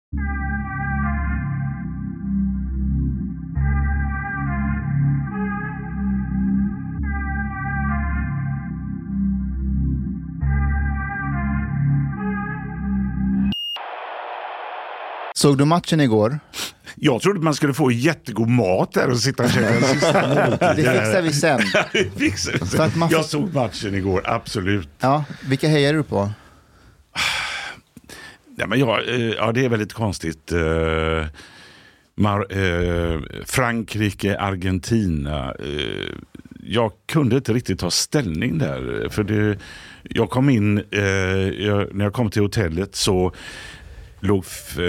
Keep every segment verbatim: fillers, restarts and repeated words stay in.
Såg du matchen igår? Jag trodde man skulle få jättegod mat där och sitta och käka en sista måltid. Det fixar vi sen. Det fixar vi sen. Får... Jag såg matchen igår, absolut. Ja, vilka hejar du på? Ja, men jag, ja, det är väldigt konstigt. Uh, Mar- uh, Frankrike, Argentina. Uh, jag kunde inte riktigt ta ställning där. För det, jag kom in, uh, jag, när jag kom till hotellet så låg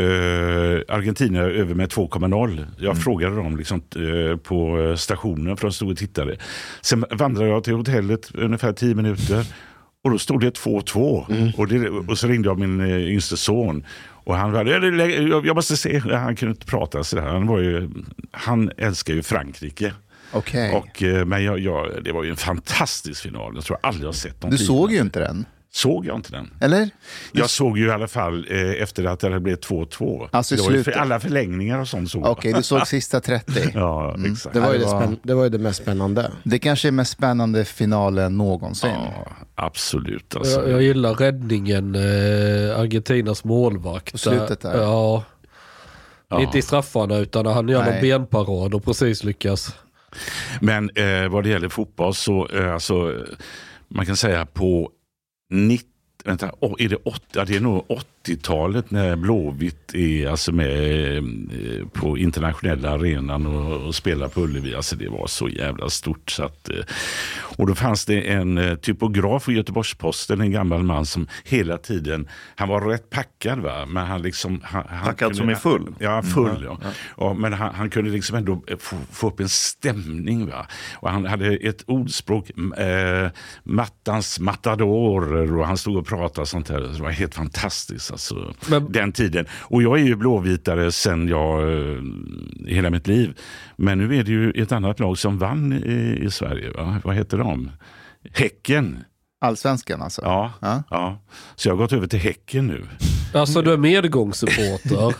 uh, Argentina över med två komma noll. Jag mm. frågade dem liksom, uh, på stationen för de stod och tittade. Sen vandrade jag till hotellet ungefär tio minuter. Och då stod det två två. Mm. Och, det, och så ringde jag min eh, yngste son. Och han var, jag, jag måste se, han kunde inte prata så där. Han var ju, han älskar ju Frankrike. Okej. Okay. Men jag, jag, det var ju en fantastisk final. Jag tror jag aldrig har sett någon. Du såg ju inte den. Såg jag inte den? Eller? Jag såg ju i alla fall eh, efter att det hade blivit två två. Alltså det var ju för alla förlängningar och sånt såg. Okej, okay, du såg sista trettio. Ja, mm. exakt. Det var, ju det, spänn- det var ju det mest spännande. Det kanske är mest spännande finalen någonsin. Ja, absolut. Alltså. Jag, jag gillar räddningen, eh, Argentinas målvakt. På slutet där. Ja. ja. Inte i straffarna utan när han gör någon benparad och precis lyckas. Men eh, vad det gäller fotboll så, eh, alltså, man kan säga på nittio, vänta, oh, är det åttio, det är nog åttiotalet när Blåvitt är alltså med eh, på internationella arenan och, och spelar på Ullevi. Alltså det var så jävla stort så att, eh, och då fanns det en eh, typograf i Göteborgs-Posten, en gammal man som hela tiden, han var rätt packad va, men han liksom han, han packad kunde, som är full. Ja, full mm, ja. ja. ja men han, han kunde liksom ändå få, få upp en stämning va. Och han hade ett ordspråk, eh, mattans matadorer, och han stod och pratade sånt här. Det var helt fantastiskt alltså, men, den tiden. Och jag är ju blåvitare sen jag uh, hela mitt liv. Men nu är det ju ett annat lag som vann i, i Sverige. Va? Vad heter de? Häcken. Allsvenskan alltså? Ja, ja. ja. Så jag har gått över till Häcken nu. Alltså du är medgångssupporter?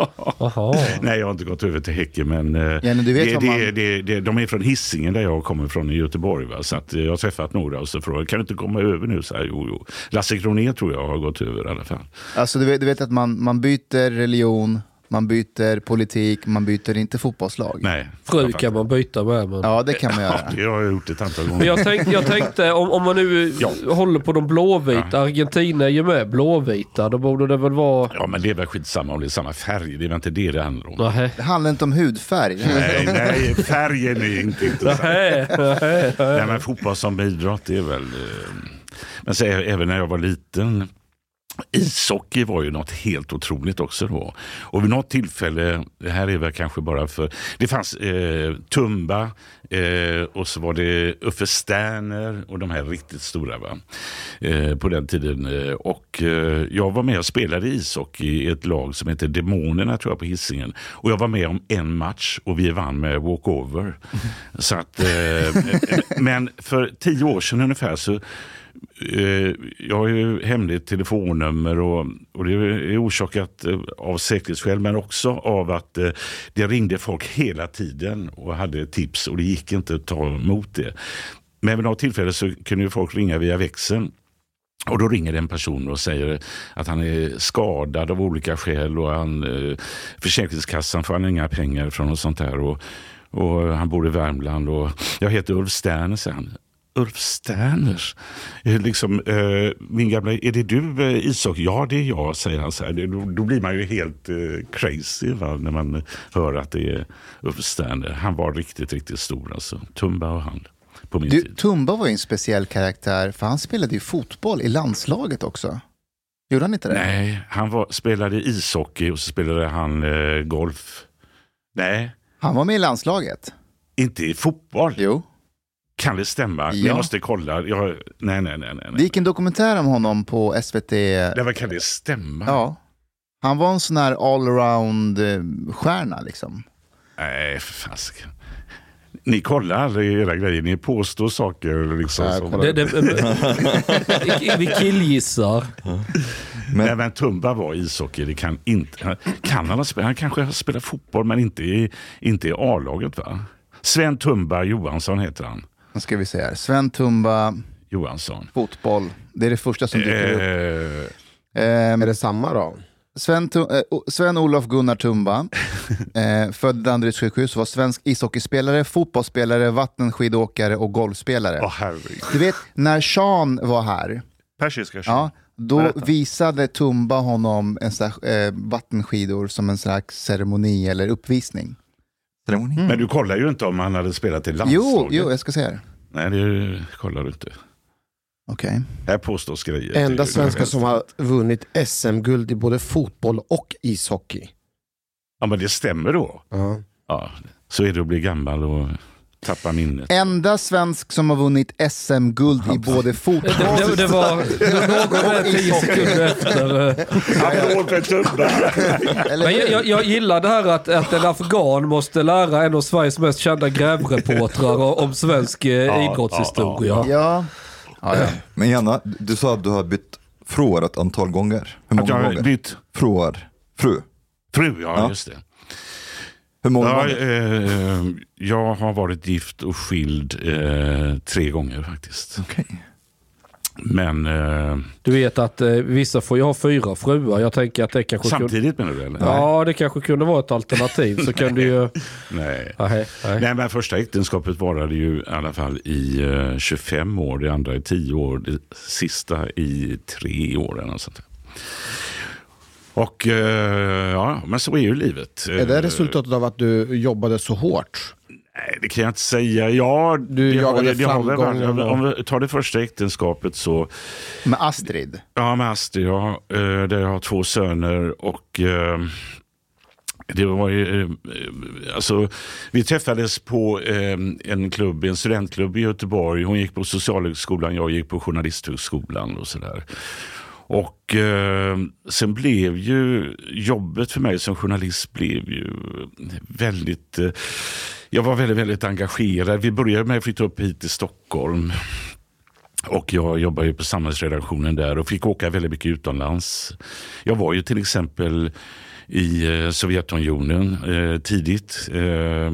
Nej, jag har inte gått över till Häcken, men, ja, men du vet det, man... det, det, det, de är från Hisingen där jag kommer från i Göteborg. Va? Så att jag har träffat några och så frågar, kan du inte komma över nu? Så här, jo, jo. Lasse Kroné tror jag har gått över i alla fall. Alltså du vet, du vet att man, man byter religion, man byter politik, man byter inte fotbollslag. Nej. Fru kan man byta med. Men... Ja, det kan man göra. Ja, det har jag gjort ett antal gånger. Men jag, tänk, jag tänkte, om, om man nu ja. håller på de blåvita, ja. Argentina är ju med blåvita, då borde det väl vara... Ja, men det är väl skitsamma om det är samma färg, det är väl inte det det handlar om. Nej. Det handlar inte om hudfärg. Nej, nej, färgen är inte intressant. Nej, nej, nej. Nej, men fotboll som idrott, det är väl... Men så, även när jag var liten... Ishockey var ju något helt otroligt också då. Och vid något tillfälle, det här är väl kanske bara för... Det fanns eh, Tumba eh, och så var det Uffe Sterner och de här riktigt stora va? Eh, på den tiden. Och eh, jag var med och spelade ishockey i ett lag som heter Demonerna tror jag på Hisingen. Och jag var med om en match och vi vann med walkover. Mm. Så att, eh, men för tio år sedan ungefär så jag har ju hemligt telefonnummer och, och det är orsakat av säkerhetsskäl men också av att det ringde folk hela tiden och hade tips och det gick inte att ta emot det. Men vid något tillfälle så kunde ju folk ringa via växeln. Och då ringer en person och säger att han är skadad av olika skäl och han, Försäkringskassan får han inga pengar från och sånt där och, och han bor i Värmland och jag heter Ulf Sterner, säger han. Ulf Sterners. Liksom, eh, min gamla, är det du eh, Isak? Ja, det är jag, säger han så här. Det, då, då blir man ju helt eh, crazy va, när man hör att det är Ulf Sterner. Han var riktigt, riktigt stor alltså. Tumba och han på min du, tid. Tumba var ju en speciell karaktär för han spelade ju fotboll i landslaget också. Gjorde han inte det? Nej, han var, spelade ishockey och så spelade han eh, golf. Nej. Han var med i landslaget? Inte i fotboll. Jo. Kan det stämma? Ja. Jag måste kolla. Jag, nej, nej, nej, nej. Det gick en dokumentär om honom på S V T. Det, kan det stämma? Ja. Han var en sån här all-around stjärna liksom. Nej, för fasiken. Ni kollar aldrig era grejer, ni påstår saker liksom. Ja, Det, det, vi killgissar. Men även Tumba var ishockey, det kan inte. Kan han, spela, han kanske har spelat fotboll men inte i, inte i A-laget, va? Sven Tumba Johansson heter han. Nu ska vi se här. Sven Tumba Johansson. Fotboll. Det är det första som dyker upp. Eh, Ehm, Är det samma då? Sven, Tu- eh, O- Sven-Olof Gunnar Tumba, eh, född Danderyds sjukhus, var svensk ishockeyspelare, fotbollsspelare, vattenskidåkare och golfspelare. Åh herregud. Du vet, när Sean var här, Persiska ja, då Berätta. visade Tumba honom en slags, eh, vattenskidor som en slags ceremoni eller uppvisning. Ceremoni. Men du kollar ju inte om han hade spelat i Jo, landslaget. jo, jag ska se här. Nej, det kollar du inte. Okej. Här påstås grejer. Enda Det är- svenskar som har vunnit S M-guld i både fotboll och ishockey. Ja, men det stämmer då. Ja. Ja, så är det att bli gammal och tappa minnet. Enda svensk som har vunnit S M-guld i både fotboll... Det, det, det var det var någon där tio sekunder efter. Applåd för Tumba! Eller Men hur? jag, jag, jag gillar det här att, att en afghan måste lära en av Sveriges mest kända grävreportrar om svensk eh, idrottshistoria. Ja. Ja, ja. Men Janna, du sa att du har bytt fruar ett antal gånger. Hur Att många jag har gånger? bytt Fruar. Fru. fru, ja, Ja. just det. Hur många Ja, gånger? eh, jag har varit gift och skild eh, tre gånger faktiskt. Okej. Men eh, Du vet att eh, vissa får ju ha fyra fruar. Jag tänker att det kanske kunde... samtidigt menar du eller? Ja, det kanske kunde vara ett alternativ. Så kan du ju... Nej. Nej, nej. Nej, men första äktenskapet varade ju i alla fall i eh, tjugofem år, det andra i tio år, det sista i tre år eller något sånt där. Och eh, ja, men så är ju livet. Är det resultatet av att du jobbade så hårt? Nej, det kan jag inte säga. Ja, Du det har- jagade det har väl varit- framgång och- Om vi tar det första äktenskapet så, Med Astrid. ja, med Astrid, ja, eh, där jag har två söner och eh, det var ju, eh, alltså, vi träffades på eh, en klubb, en studentklubb i Göteborg. Hon gick på socialhögskolan, jag gick på journalisthögskolan och sådär. Och eh, sen blev ju jobbet för mig som journalist blev ju väldigt, eh, jag var väldigt, väldigt engagerad. Vi började med att flytta upp hit till Stockholm. Och jag jobbade ju på samhällsredaktionen där och fick åka väldigt mycket utomlands. Jag var ju till exempel i eh, Sovjetunionen eh, tidigt. Eh,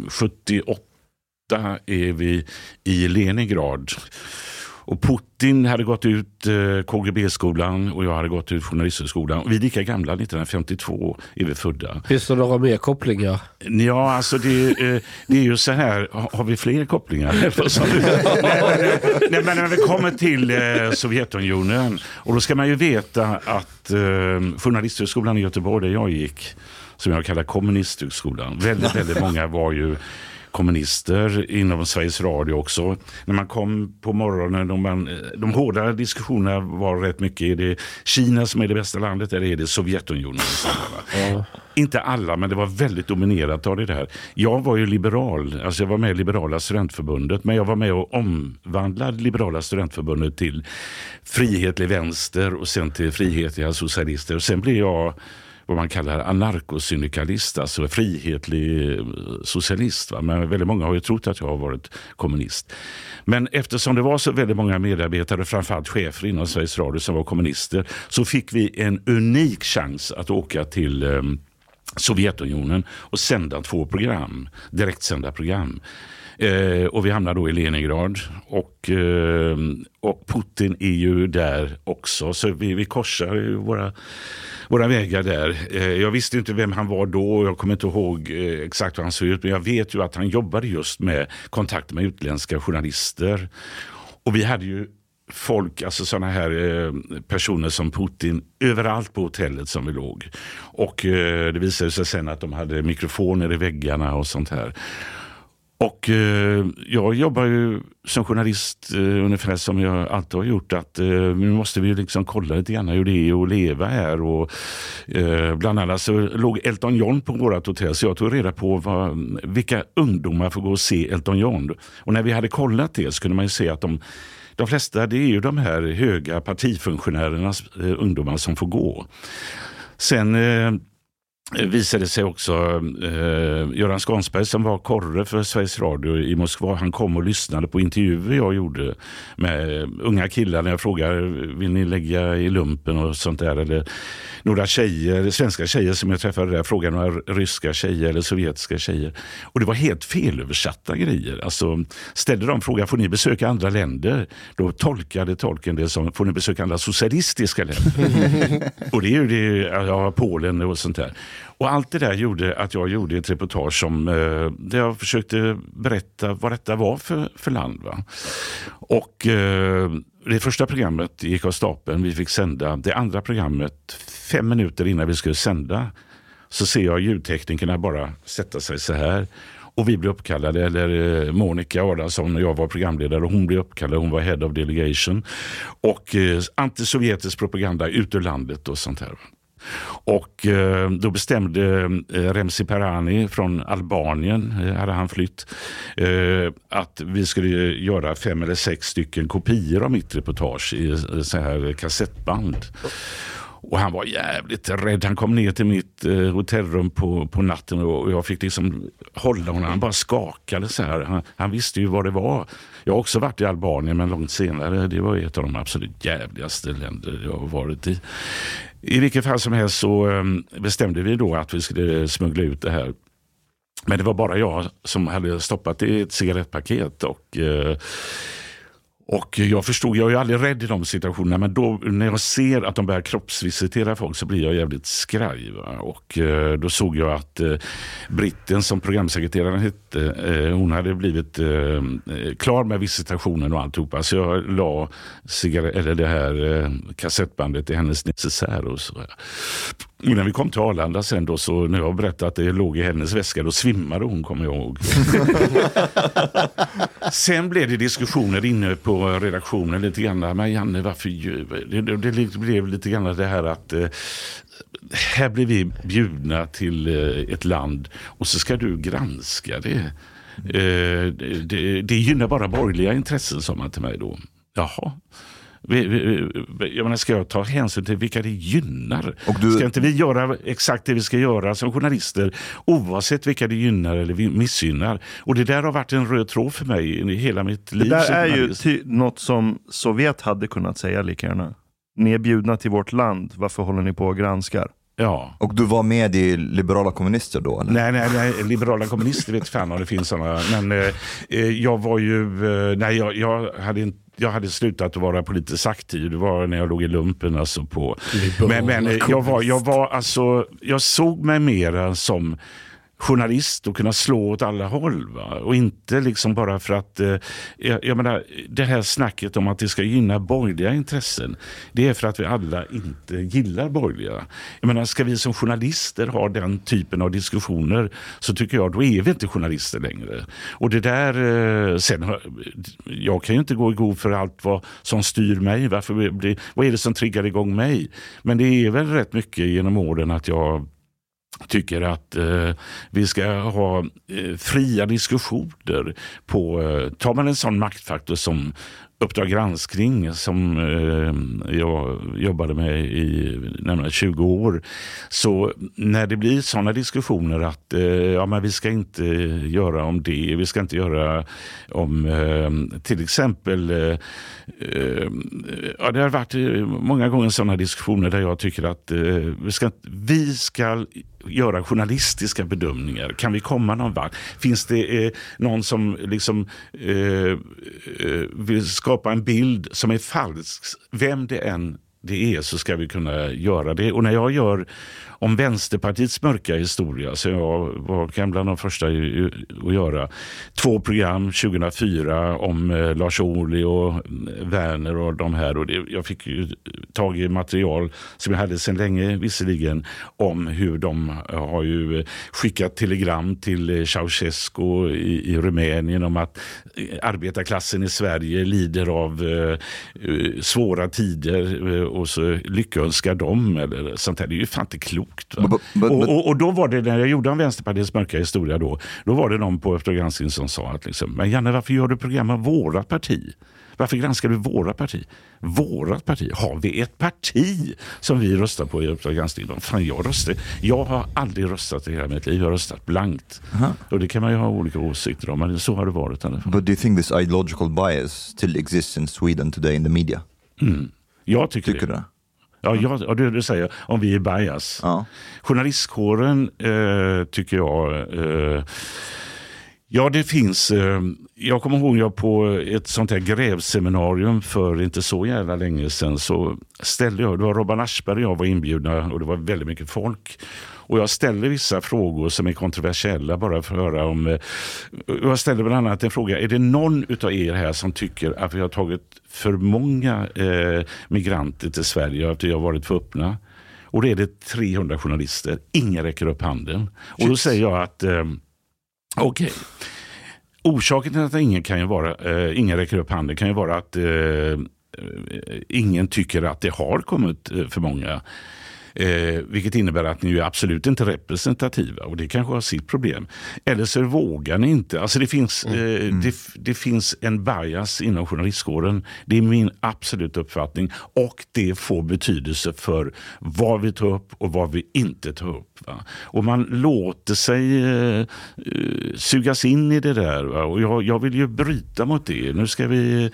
sjuttioåtta är vi i Leningrad. Och Putin hade gått ut eh, K G B-skolan och jag hade gått ut journalisthögskolan. Vi är lika gamla, nittonhundrafemtiotvå är vi födda. Finns det några mer kopplingar? Ja, alltså det, eh, det är ju så här, har, har vi fler kopplingar? nej, men, nej, men när vi kommer till eh, Sovjetunionen, och då ska man ju veta att eh, journalisthögskolan i Göteborg där jag gick, som jag kallar kommunisthögskolan, väldigt, väldigt många var ju kommunister inom Sveriges Radio också. När man kom på morgonen, de, man, de hårda diskussionerna var rätt mycket, är det Kina som är det bästa landet eller är det Sovjetunionen? Ja. Inte alla, men det var väldigt dominerat av det där. Jag var ju liberal, alltså jag var med i Liberala studentförbundet, men jag var med och omvandlade Liberala studentförbundet till frihetlig vänster och sen till frihetliga socialister. Och sen blev jag vad man kallar anarkosyndikalist, alltså frihetlig socialist. Va? Men väldigt många har ju trott att jag har varit kommunist. Men eftersom det var så väldigt många medarbetare, framförallt chefer inom Sveriges Radio som var kommunister, så fick vi en unik chans att åka till eh, Sovjetunionen och sända två program, direktsända program. Eh, och vi hamnar då i Leningrad och, eh, och Putin är ju där också, så vi, vi korsar ju våra, våra vägar där. Eh, jag visste inte vem han var då och jag kommer inte ihåg eh, exakt hur han såg ut, men jag vet ju att han jobbade just med kontakt med utländska journalister. Och vi hade ju folk, alltså sådana här eh, personer som Putin överallt på hotellet som vi låg. Och eh, det visade sig sen att de hade mikrofoner i väggarna och sånt här. Och eh, jag jobbar ju som journalist eh, ungefär som jag alltid har gjort, att eh, nu måste vi liksom kolla lite grann hur det är att leva här. Och, eh, bland annat så låg Elton John på vårt hotell, så jag tog reda på vad, vilka ungdomar får gå och se Elton John. Och när vi hade kollat det så kunde man ju se att de, de flesta, det är ju de här höga partifunktionärernas eh, ungdomar som får gå. Sen... Eh, visade sig också eh, Göran Skansberg som var korre för Sveriges Radio i Moskva. Han kom och lyssnade på intervjuer jag gjorde med unga killar när jag frågade vill ni lägga i lumpen och sånt där, eller några tjejer, svenska tjejer som jag träffade där, frågade några ryska tjejer eller sovjetiska tjejer. Och det var helt felöversatta grejer. Alltså ställde de frågan, får ni besöka andra länder? Då tolkade tolken det som, får ni besöka andra socialistiska länder? Och det är ju det, ja, Polen och sånt där. Och allt det där gjorde att jag gjorde ett reportage som, eh, där jag försökte berätta vad detta var för, för land. Va? Och eh, det första programmet gick av stapeln, vi fick sända. Det andra programmet, fem minuter innan vi skulle sända, så ser jag ljudteknikerna bara sätta sig så här. Och vi blev uppkallade, eller Monica Adamsson och jag var programledare och hon blev uppkallad, hon var head of delegation. Och eh, antisovjetisk propaganda ut ur landet och sånt här. Och eh, då bestämde eh, Remzi Perani från Albanien, eh, hade han flytt, eh, att vi skulle göra fem eller sex stycken kopior av mitt reportage i eh, så här kassettband. Och han var jävligt rädd. Han kom ner till mitt eh, hotellrum på, på natten och jag fick liksom hålla honom. Han bara skakade så här. Han, han visste ju vad det var. Jag har också varit i Albanien, men långt senare. Det var ett av de absolut jävligaste länder jag har varit i. I vilket fall som helst så eh, bestämde vi då att vi skulle smuggla ut det här. Men det var bara jag som hade stoppat det i ett cigarettpaket och... Eh, Och jag förstod, jag är ju aldrig rädd i de situationerna, men då när jag ser att de börjar kroppsvisitera folk så blir jag jävligt skraj. Va? Och eh, då såg jag att eh, britten som programsekreteraren hette, eh, hon hade blivit eh, klar med visitationen och alltihopa. Så jag la cigaret, eller det här eh, kassettbandet i hennes necessär och så. Och när vi kom till Arlanda sen då, så när jag berättade att det låg i hennes väska, då svimmade hon, kommer jag ihåg. Sen blev det diskussioner inne på redaktionen lite grann. Men Janne, varför det, det, det blev lite grann det här att eh, här blir vi bjudna till eh, ett land och så ska du granska det. Eh, det, det. Det gynnar bara borgerliga intressen, sa man till mig då. Jaha. Vi, vi, jag menar, ska jag ta hänsyn till vilka det gynnar? Och du... Ska inte vi göra exakt det vi ska göra som journalister, oavsett vilka det gynnar eller missgynnar? Och det där har varit en röd tråd för mig i hela mitt liv. Det där är ju ty- något som Sovjet hade kunnat säga lika gärna. Ni är bjudna till vårt land, varför håller ni på och granskar? Ja. Och du var med i liberala kommunister då? Eller? Nej, nej, nej, liberala kommunister vet fan om det finns sådana. Men eh, jag var ju, eh, nej jag, jag hade inte Jag hade slutat att vara politiskt aktiv. Det var när jag låg i lumpen alltså på. Men, men jag var jag var alltså jag såg mig mera som journalist och kunna slå åt alla håll, va? Och inte liksom bara för att eh, jag, jag menar, det här snacket om att det ska gynna borgerliga intressen, det är för att vi alla inte gillar borgerliga. Jag menar, ska vi som journalister ha den typen av diskussioner, så tycker jag då är vi inte journalister längre. Och det där eh, sen, jag kan ju inte gå i god för allt vad som styr mig, varför blir, vad är det som triggar igång mig? Men det är väl rätt mycket genom åren att jag tycker att eh, vi ska ha eh, fria diskussioner på, eh, tar man en sån maktfaktor som Uppdrag granskning som eh, jag jobbade med i närmare tjugo år, så när det blir sådana diskussioner att eh, ja, men vi ska inte göra om det, vi ska inte göra om eh, till exempel eh, eh, ja, det har varit många gånger sådana diskussioner där jag tycker att eh, vi ska, vi ska göra journalistiska bedömningar. Kan vi komma någon vart? Finns det eh, någon som liksom eh, eh, vill skapa en bild som är falsk? Vem det än det är, så ska vi kunna göra det. Och när jag gör om Vänsterpartiets mörka historia, så jag var bland de första att göra två program tjugohundrafyra om eh, Lars Ohly och Werner och de här, och det, jag fick ju tag i material som jag hade sedan länge visserligen om hur de har ju skickat telegram till Ceausescu i, i Rumänien om att arbetarklassen i Sverige lider av eh, svåra tider eh, och så lyckönskar dem eller sånt här. Det är ju fan inte klokt. sjukt. Va? But, but, och, but, och, och då var det, när jag gjorde en Vänsterpartiets mörka historia då, då var det någon på Uppdrag granskning som sa att liksom, men Janne, varför gör du program om vårat parti? Varför granskar du våra parti? Vårat parti? Har vi ett parti som vi röstar på i Uppdrag granskning? Fan, jag röstar. Jag har aldrig röstat i hela mitt liv. Jag har röstat blankt. Uh-huh. Och det kan man ju ha olika åsikter om, men så har det varit i alla fall. But do you think this ideological bias still exists in Sweden today in the media? Mm. Jag tycker, tycker det. det. Ja, jag, ja du, du säger om vi är bias. Ja. Journalistkåren eh, tycker jag... Eh, Ja, det finns. Eh, jag kommer ihåg jag på ett sånt här grävseminarium för inte så jävla länge sedan så ställde jag, det var Robban Aschberg och jag var inbjudna och det var väldigt mycket folk. Och jag ställde vissa frågor som är kontroversiella bara för att höra om... Eh, jag ställde bland annat en fråga, är det någon utav er här som tycker att vi har tagit för många eh, migranter till Sverige efter jag har varit för öppna? Och det är det trehundra journalister. Ingen räcker upp handen. Och då säger jag att... Eh, Okej. Okay. Orsaken till att ingen kan ju vara, eh, ingen räcker upp handen kan ju vara att eh, ingen tycker att det har kommit eh, för många. Eh, vilket innebär att ni är absolut inte representativa och det kanske har sitt problem. Eller så vågar ni inte. Alltså det finns, eh, mm. det, det finns en bias inom journalistkåren. Det är min absolut uppfattning och det får betydelse för vad vi tar upp och vad vi inte tar upp. Va? Och man låter sig eh, sugas in i det där. Va? Och jag, jag vill ju bryta mot det. Nu ska vi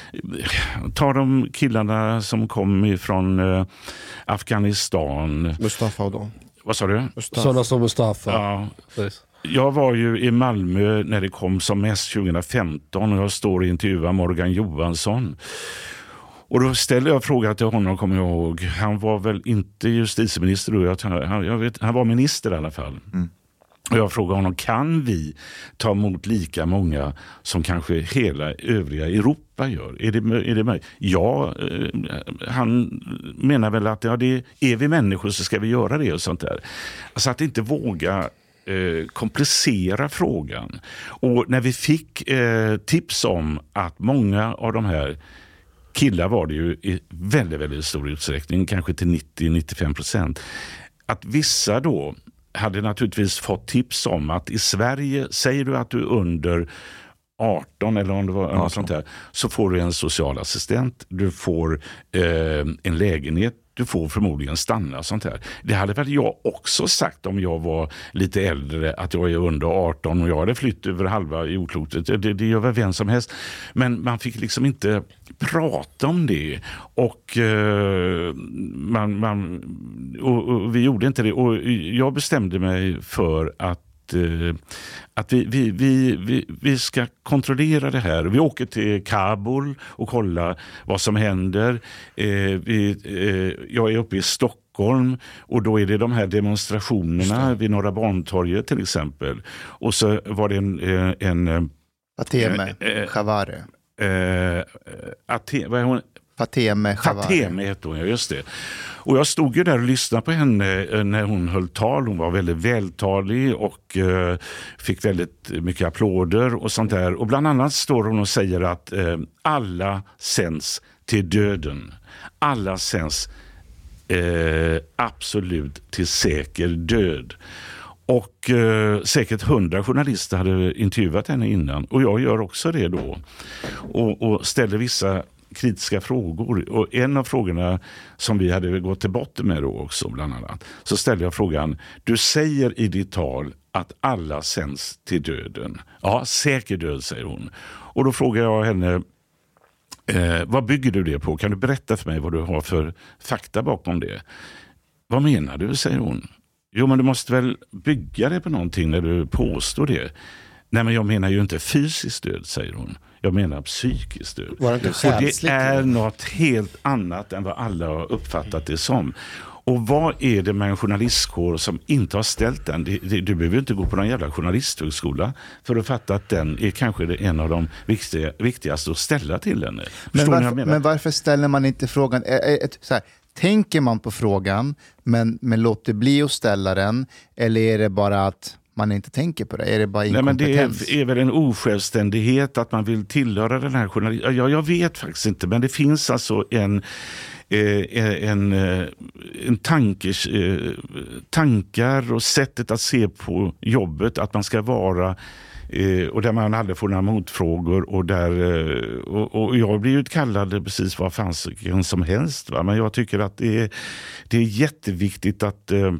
ta de killarna som kom ifrån eh, Afghanistan. Mustafa och dem. Vad sa du? Sådana som Mustafa. Ja. Precis. Jag var ju i Malmö när det kom som mest tjugohundrafemton och jag står och intervjuar Morgan Johansson. Och då ställde jag frågan till honom, kommer jag ihåg. Han var väl inte justitieminister då, han, jag vet, han var minister i alla fall. Mm. Och jag frågade honom, kan vi ta emot lika många som kanske hela övriga Europa gör? Är det, är det möjligt? Ja, eh, han menar väl att ja, det, är vi människor så ska vi göra det och sånt där. Alltså att inte våga eh, komplicera frågan. Och när vi fick eh, tips om att många av de här killar var det ju i väldigt, väldigt stor utsträckning, kanske till nittio till nittiofem procent, att vissa då hade naturligtvis fått tips om att i Sverige, säger du att du är under arton eller om det var något sånt där, så får du en socialassistent, du får eh, en lägenhet, du får förmodligen stanna sånt här. Det hade väl jag också sagt om jag var lite äldre, att jag är under arton och jag hade flytt över halva jordklotet. Det, det gör väl vem som helst. Men man fick liksom inte prata om det. Och, eh, man, man, och, och vi gjorde inte det. Och jag bestämde mig för att att vi, vi, vi, vi, vi ska kontrollera det här. Vi åker till Kabul och kollar vad som händer. Eh, vi, eh, jag är uppe i Stockholm och då är det de här demonstrationerna vid Norra Bantorget till exempel. Och så var det en... en Fateme eh, Chavare. Eh, Ate, vad är hon? Fateme Chavare. Fateme heter hon, ja, just det. Och jag stod ju där och lyssnade på henne när hon höll tal. Hon var väldigt vältalig och eh, fick väldigt mycket applåder och sånt där. Och bland annat står hon och säger att eh, alla sänds till döden. Alla sänds eh, absolut till säker död. Och eh, säkert hundra journalister hade intervjuat henne innan. Och jag gör också det då. Och, och ställer vissa kritiska frågor. Och en av frågorna som vi hade gått till botten med då också bland annat, så ställde jag frågan, du säger i ditt tal att alla sänds till döden. Ja, säker död, säger hon. Och då frågar jag henne, eh, vad bygger du det på? Kan du berätta för mig vad du har för fakta bakom det? Vad menar du, säger hon. Jo, men du måste väl bygga det på någonting när du påstår det. Nej, men jag menar ju inte fysiskt död, säger hon. Jag menar psykiskt död. Var det inte och det är något helt annat än vad alla har uppfattat det som. Och vad är det med en journalistkår som inte har ställt den? Det, det, du behöver inte gå på någon jävla journalisthögskola för att fatta att den är kanske en av de viktiga, viktigaste att ställa till henne. Men varför, men varför ställer man inte frågan... Ett, så här, tänker man på frågan men, men låter bli att ställa den, eller är det bara att man inte tänker på det? Är det bara inkompetens? Nej, men det är, är väl en osjälvständighet att man vill tillhöra den här journalisten. Ja, jag vet faktiskt inte, men det finns alltså en, eh, en, en tankers, eh, tankar och sättet att se på jobbet, att man ska vara eh, och där man aldrig får några motfrågor och där eh, och, och jag blir ju kallad precis vad fansiken som helst, va? Men jag tycker att det är, det är jätteviktigt att eh,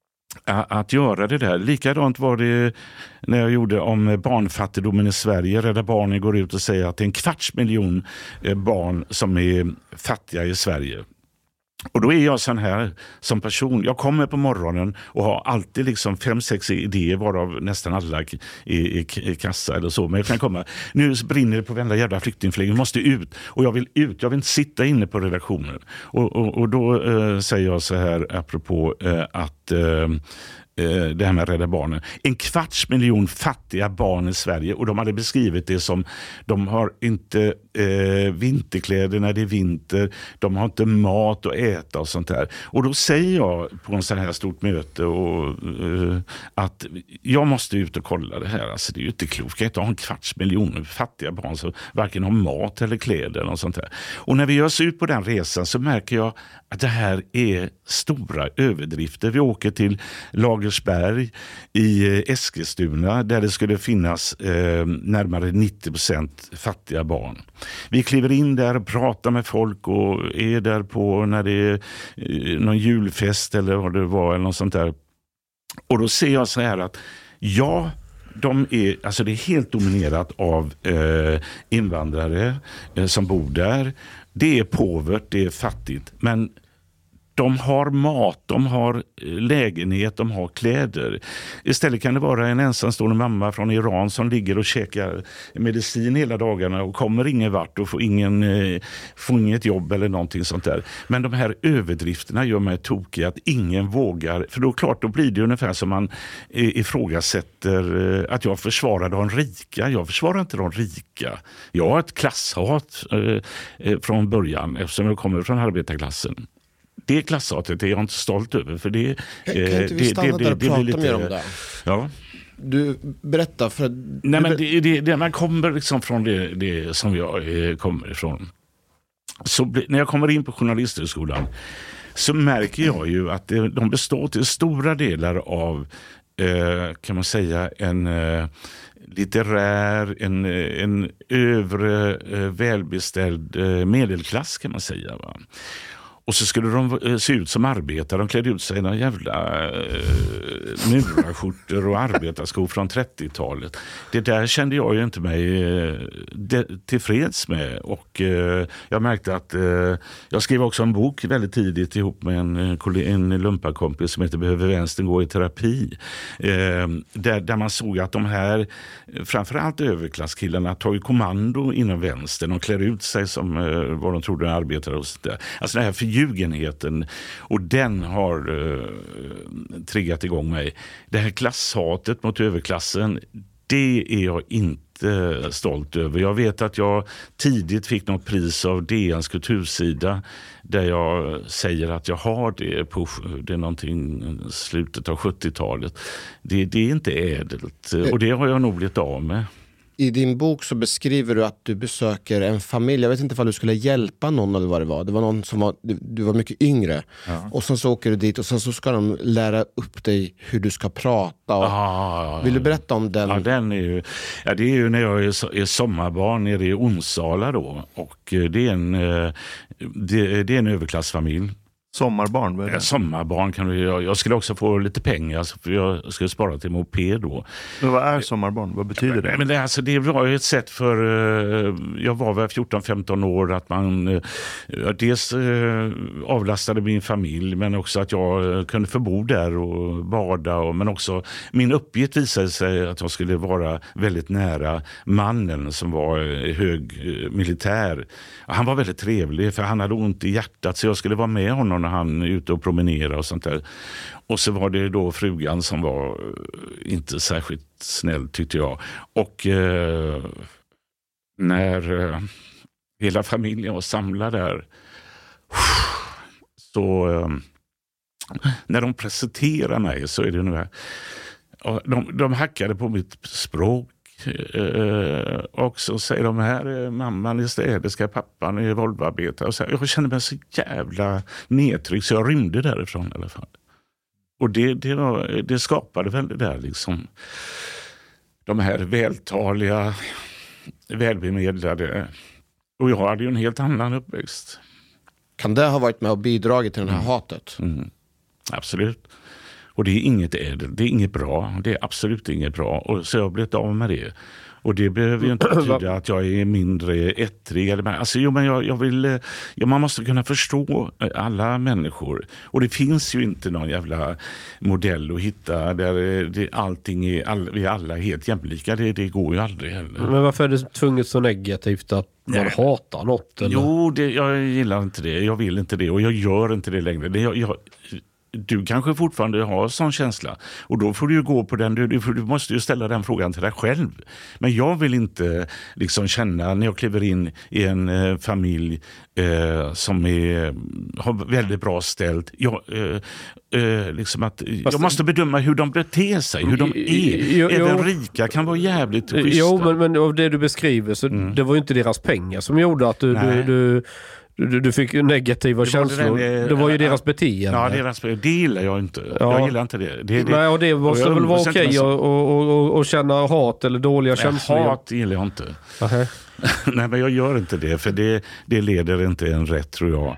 att göra det där. Likadant var det när jag gjorde om barnfattigdomen i Sverige. Rädda Barnen går ut och säger att det är en kvarts miljon barn som är fattiga i Sverige. Och då är jag sån här som person. Jag kommer på morgonen och har alltid liksom fem, sex idéer, varav nästan alla i, i, i kassa eller så. Men jag kan komma, nu brinner det på varenda jävla flyktingförläggning, måste ut. Och jag vill ut, jag vill inte sitta inne på redaktionen. Och, och, och då eh, säger jag så här, apropå eh, att eh, det här med Rädda Barnen. En kvarts miljon fattiga barn i Sverige, och de hade beskrivit det som de har inte eh, vinterkläder när det är vinter, de har inte mat att äta och sånt där. Och då säger jag på en sån här stort möte och, eh, att jag måste ut och kolla det här. Alltså det är ju inte klokt. Jag kan inte ha en kvarts miljon fattiga barn som varken har mat eller kläder och sånt där. Och när vi gör oss ut på den resan så märker jag att det här är stora överdrifter. Vi åker till Lagersberg i Eskilstuna där det skulle finnas eh, närmare nittio procent fattiga barn. Vi kliver in där och pratar med folk och är där på när det är eh, någon julfest eller vad det var eller något sånt där. Och då ser jag så här att ja, de är, alltså det är helt dominerat av eh, invandrare eh, som bor där. Det är påvert, det är fattigt, men de har mat, de har lägenhet, de har kläder. Istället kan det vara en ensamstående mamma från Iran som ligger och käkar medicin hela dagarna och kommer ingen vart och får, ingen, får inget jobb eller någonting sånt där. Men de här överdrifterna gör mig tokig att ingen vågar. För då klart, då blir det ungefär som man ifrågasätter att jag försvarar de rika. Jag försvarar inte de rika. Jag har ett klasshat eh, från början eftersom jag kommer från arbetarklassen. Det klasshatet är jag inte stolt över. För det, kan eh, inte vi stanna det, där och det, prata det lite, mer om det? Ja. Du, berätta. För att, Nej, men det, det, det, man kommer liksom från det, det som jag eh, kommer ifrån. Så bli, när jag kommer in på journalisthögskolan så märker jag ju att det, de består till stora delar av eh, kan man säga en eh, litterär, en, en övre eh, välbeställd eh, medelklass kan man säga, va? Och så skulle de se ut som arbetare. De klädde ut sig i några jävla eh, murarskjortor och arbetarskor från trettiotalet. Det där kände jag ju inte mig eh, de, tillfreds med. Och eh, jag märkte att eh, jag skrev också en bok väldigt tidigt ihop med en, en lumparkompis som heter Behöver vänstern gå i terapi. Eh, där, där man såg att de här, framförallt överklasskillarna, tar ju kommando inom vänstern. De klär ut sig som eh, vad de trodde en arbetare och sådär. Alltså det här för ljugenheten, och den har uh, triggat igång mig. Det här klasshatet mot överklassen, det är jag inte stolt över. Jag vet att jag tidigt fick något pris av D N:s kultursida där jag säger att jag har det på det är någonting slutet av sjuttiotalet. Det, det är inte ädelt och det har jag nog blivit av med. I din bok så beskriver du att du besöker en familj. Jag vet inte om du skulle hjälpa någon eller vad det var. Det var någon som var, du var mycket yngre. Ja. Och sen så åker du dit och sen så ska de lära upp dig hur du ska prata. Och, ah, vill du berätta om den? Ja, den är ju, ja, det är ju när jag är, är sommarbarn nere i Onsala då. Och det är en, det, det är en överklassfamilj. Sommarbarn? Vad är det? Sommarbarn kan du, jag, jag skulle också få lite pengar för jag skulle spara till moped då. Men vad är sommarbarn? Vad betyder det? Men, men det, alltså, det var ju ett sätt för, jag var väl fjorton femton år, att man dels avlastade min familj men också att jag kunde få bo där och bada. Och, men också min uppgift visade sig att jag skulle vara väldigt nära mannen som var hög militär. Han var väldigt trevlig för han hade ont i hjärtat så jag skulle vara med honom när han är ute och promenerar och sånt där. Och så var det då frugan som var inte särskilt snäll tyckte jag. Och eh, när eh, hela familjen var samlad där så eh, när de presenterar mig så är det nu här. De, de hackade på mitt språk. Eh, och så säger de här, mamman är städerska, pappan är Volvoarbetare. Och så, jag kände mig så jävla nedtryckt så jag rymde därifrån i alla fall. Och det, det, var, det skapade väl det där liksom, de här vältaliga, välbemedlade. Och jag hade ju en helt annan uppväxt. Kan det ha varit med och bidragit till det här mm. hatet? Mm. Absolut. Och det är inget ädel, det är inget bra. Det är absolut inget bra. Och så jag har blivit av med det. Och det behöver ju inte betyda att jag är mindre ettrig. Eller, alltså, jo, men jag, jag vill, ja, man måste kunna förstå alla människor. Och det finns ju inte någon jävla modell att hitta där det, allting är, all, vi är alla helt jämlika. Det, det går ju aldrig heller. Men varför är det tvunget så negativt att man Nej. hatar något? Eller? Jo, det, jag gillar inte det. Jag vill inte det. Och jag gör inte det längre. Det, jag, jag, du kanske fortfarande har sån känsla. Och då får du ju gå på den. Du, du måste ju ställa den frågan till dig själv. Men jag vill inte liksom känna när jag kliver in i en eh, familj eh, som är, har väldigt bra ställt. Jag, eh, eh, liksom att, jag måste bedöma hur de beter sig. Hur de är. Jo, Även jo, rika kan vara jävligt schyssta. Jo, men, men av det du beskriver så mm. det var ju inte deras pengar som gjorde att du... du, du Du, du fick negativa det känslor. Det, det, det var ju deras beteende. Ja, deras beteende. Det gillar jag inte. Ja. Jag gillar inte det. det, det. Nej, och det måste och väl vara okej okay att och, och, och känna hat eller dåliga Nej, känslor. Hat gillar jag inte. Nej, men jag gör inte det. För det, det leder inte en rätt, tror jag.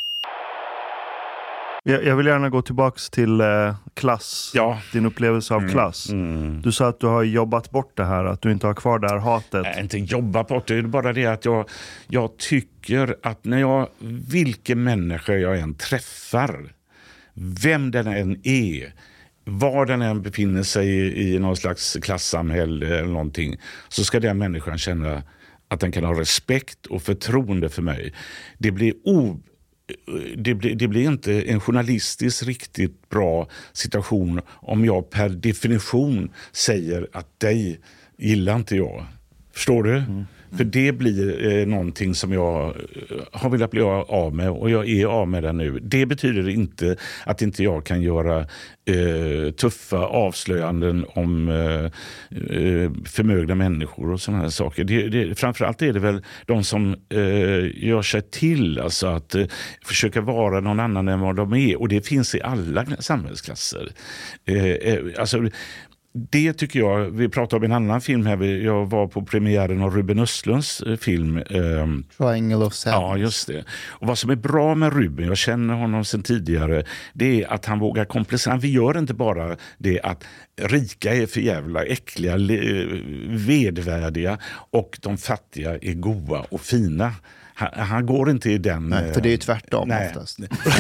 Jag, jag vill gärna gå tillbaks till eh, klass. Ja. Din upplevelse av mm. klass. Mm. Du sa att du har jobbat bort det här. Att du inte har kvar det här hatet. Nej, inte jobbat bort det. Det är bara det att jag, jag tycker att när jag, vilken människa jag än träffar, vem den än är, var den än befinner sig i, i någon slags klassamhälle eller någonting, så ska den människan känna att den kan ha respekt och förtroende för mig. Det blir o Det blir, det blir inte en journalistiskt riktigt bra situation om jag per definition säger att dig gillar inte jag. Förstår du? Mm. För det blir eh, någonting som jag har velat bli av med och jag är av med det nu. Det betyder inte att inte jag kan göra eh, tuffa avslöjanden om eh, förmögna människor och sådana här saker. Det, det, framförallt är det väl de som eh, gör sig till, alltså att eh, försöka vara någon annan än vad de är. Och det finns i alla samhällsklasser. Eh, alltså... Det tycker jag, vi pratade om en annan film här, jag var på premiären av Ruben Östlunds film. Eh, Triangle of Sadness. Ja, just det. Och vad som är bra med Ruben, jag känner honom sedan tidigare, det är att han vågar komplicera. Vi gör inte bara det att rika är för jävla äckliga, vedvärdiga och de fattiga är goda och fina. Han, han går inte i den... Nej, för det är ju tvärtom nej. oftast.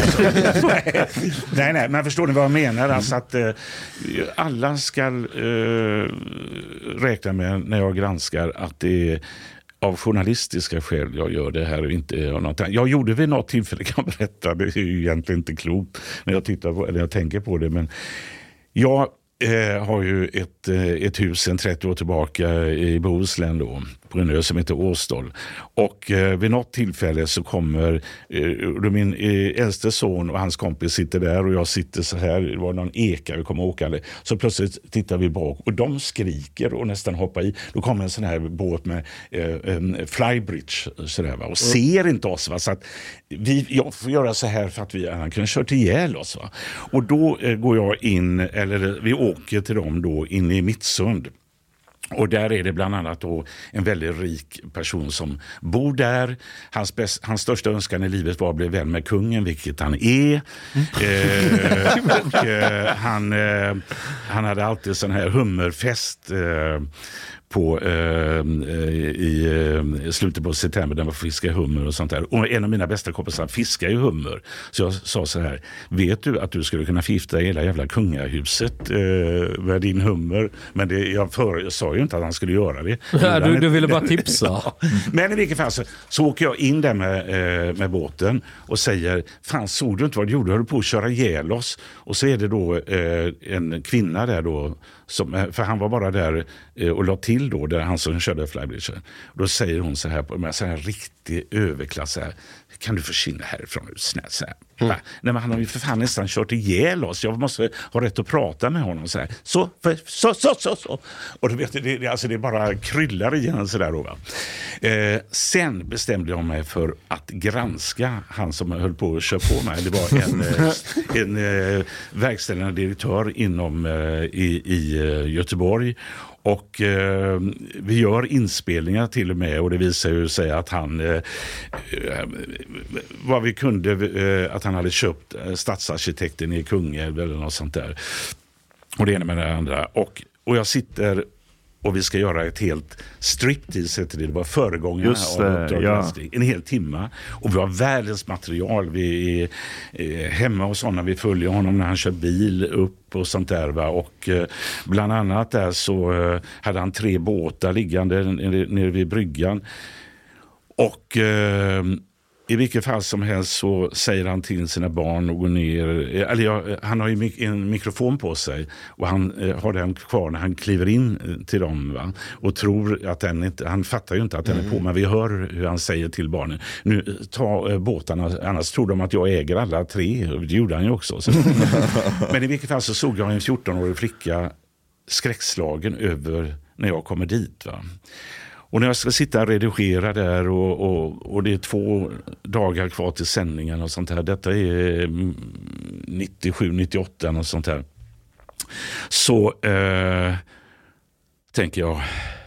nej, nej, men förstår ni vad jag menar? Mm. Alltså att eh, alla ska eh, räkna med när jag granskar att det är av journalistiska skäl jag gör det här och inte av något annat. Jag gjorde vid något tillfälle, kan jag berätta, det är ju egentligen inte klokt när jag tittar på, eller jag tänker på det, men jag eh, har ju ett, ett hus sedan trettio år tillbaka i Bohuslän då, på en ö som heter Åstol. Och eh, vid något tillfälle så kommer eh, min eh, äldste son och hans kompis sitter där och jag sitter så här, det var någon eka, vi kommer åkande. Så plötsligt tittar vi bak och de skriker och nästan hoppar i. Då kommer en sån här båt med eh, en flybridge så där, va? Och ser inte oss. Va? Så att vi, jag får göra så här för att vi han kunde kört ihjäl oss. Va? Och då eh, går jag in, eller vi åker till dem då in i Mittsund. Och där är det bland annat då en väldigt rik person som bor där. Hans, bäst, hans största önskan i livet var att bli vän med kungen, vilket han är. Mm. Eh, och, eh, han, eh, han hade alltid sån här hummerfest eh, på, eh, i, i slutet på september där man fiskar hummer och sånt där. Och en av mina bästa kompisar fiskar ju hummer. Så jag sa så här, vet du att du skulle kunna förgifta hela jävla kungahuset eh, med din hummer? Men det, jag, för, jag sa ju inte att han skulle göra det. Ja, du, du ville bara tipsa. Ja. Men i vilket fall så, så åker jag in där med, eh, med båten och säger, fan såg du inte vad du gjorde? Du höll på att köra ihjäl oss. Och så är det då eh, en kvinna där då, som, för han var bara där eh, och la till då, där han som körde flybridge. Då säger hon så här, med så här riktig överklass så här, kan du försvinna härifrån nu snällt så här. Mm. Nej, men han har ju för fan nästan kört ihjäl oss. Jag måste ha rätt att prata med honom så här. Så, för, så, så, så, så. Och du vet, det, det, alltså det bara kryllar igen så där då, va? Eh, sen bestämde jag mig för att granska han som höll på att köra på mig. Det var en, eh, en eh, verkställande direktör inom, eh, i, i eh, Göteborg. Och eh, vi gör inspelningar till och med, och det visar ju sig att han eh, vad vi kunde eh, att han hade köpt eh, stadsarkitekten i Kungälv eller något sånt där. Och det ena med det andra. Och, och jag sitter och vi ska göra ett helt striptease, heter det. Det var föregångaren Just av det, Uppdrag ja. granskning. En hel timma. Och vi har världens material. Vi är eh, hemma och sådana. Vi följer honom när han kör bil upp och sånt där. Va? Och eh, bland annat där så eh, hade han tre båtar liggande nere, nere vid bryggan. Och eh, i vilket fall som helst så säger han till sina barn att gå ner. Eller ja, han har ju en mikrofon på sig och han eh, har den kvar när han kliver in till dem, va? Och tror att den inte, han fattar ju inte att den är på, men vi hör hur han säger till barnen. Nu ta eh, båtarna, annars tror de att jag äger alla tre. Det gjorde han ju också. Så. Men i vilket fall så såg jag en fjortonårig flicka skräckslagen över när jag kommer dit, va? Och när jag ska sitta och redigera där och, och, och det är två dagar kvar till sändningen och sånt här. Detta är nittiosju nittioåtta och sånt här. Så eh, tänker jag.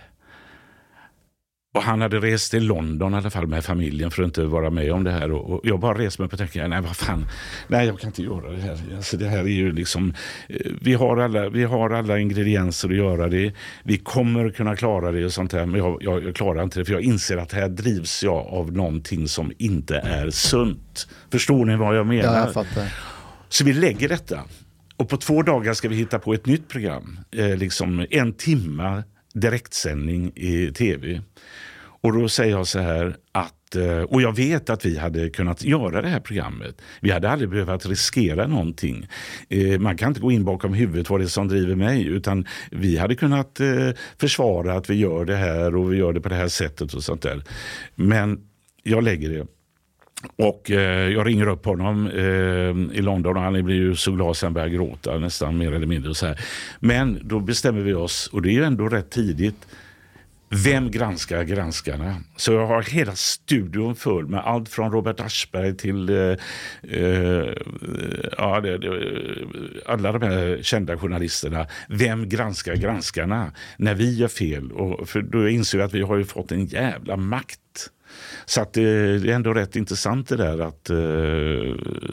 Och han hade rest till London i alla fall med familjen för att inte vara med om det här. Och, och jag bara reste mig upp och tänkte, nej vad fan, nej jag kan inte göra det här. Alltså det här är ju liksom, vi har alla, vi har alla ingredienser att göra det. Vi kommer kunna klara det och sånt här. Men jag, jag, jag klarar inte det, för jag inser att här drivs jag av någonting som inte är sunt. Förstår ni vad jag menar? Ja, jag fattar. Så vi lägger detta. Och på två dagar ska vi hitta på ett nytt program. Eh, liksom en timma direktsändning i tv. Och då säger jag så här att, och jag vet att vi hade kunnat göra det här programmet. Vi hade aldrig behövt riskera någonting. Man kan inte gå in bakom huvudet vad det är som driver mig, utan vi hade kunnat försvara att vi gör det här och vi gör det på det här sättet och sånt där. Men jag lägger det. Och eh, jag ringer upp honom eh, i London och han blir ju så glad sen börjar gråta nästan mer eller mindre och så här. Men då bestämmer vi oss, och det är ju ändå rätt tidigt, vem granskar granskarna? Så jag har hela studion full med allt från Robert Aschberg till eh, eh, ja, det, det, alla de här kända journalisterna. Vem granskar granskarna när vi gör fel? Och för då inser jag att vi har ju fått en jävla makt. Så att det, det är ändå rätt intressant det där att, uh,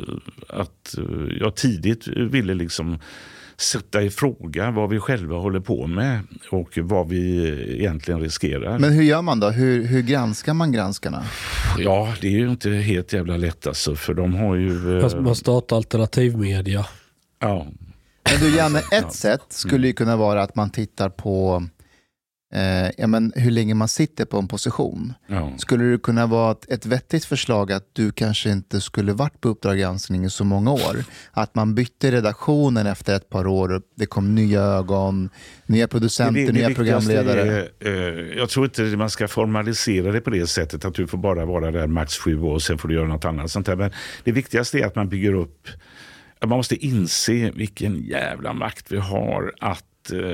att uh, jag tidigt ville liksom sätta i fråga vad vi själva håller på med och vad vi egentligen riskerar. Men hur gör man då? Hur, hur granskar man granskarna? Ja, det är ju inte helt jävla lätt alltså, för de har ju... Uh, man startar alternativmedia. Ja. Men du, Janne, ett sätt skulle ju kunna vara att man tittar på Eh, ja, men hur länge man sitter på en position. Ja. Skulle det kunna vara ett, ett vettigt förslag att du kanske inte skulle varit på Uppdrag granskning i så många år? Att man bytte redaktionen efter ett par år, det kom nya ögon, nya producenter, det, det, det nya programledare. Är, eh, jag tror inte man ska formalisera det på det sättet att du får bara vara där max sju år och sen får du göra något annat sånt där. Men det viktigaste är att man bygger upp, man måste inse vilken jävla makt vi har att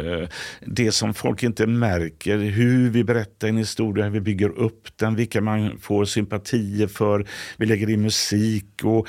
det som folk inte märker, hur vi berättar en historia, hur vi bygger upp den, vilka man får sympatier för, vi lägger in musik och,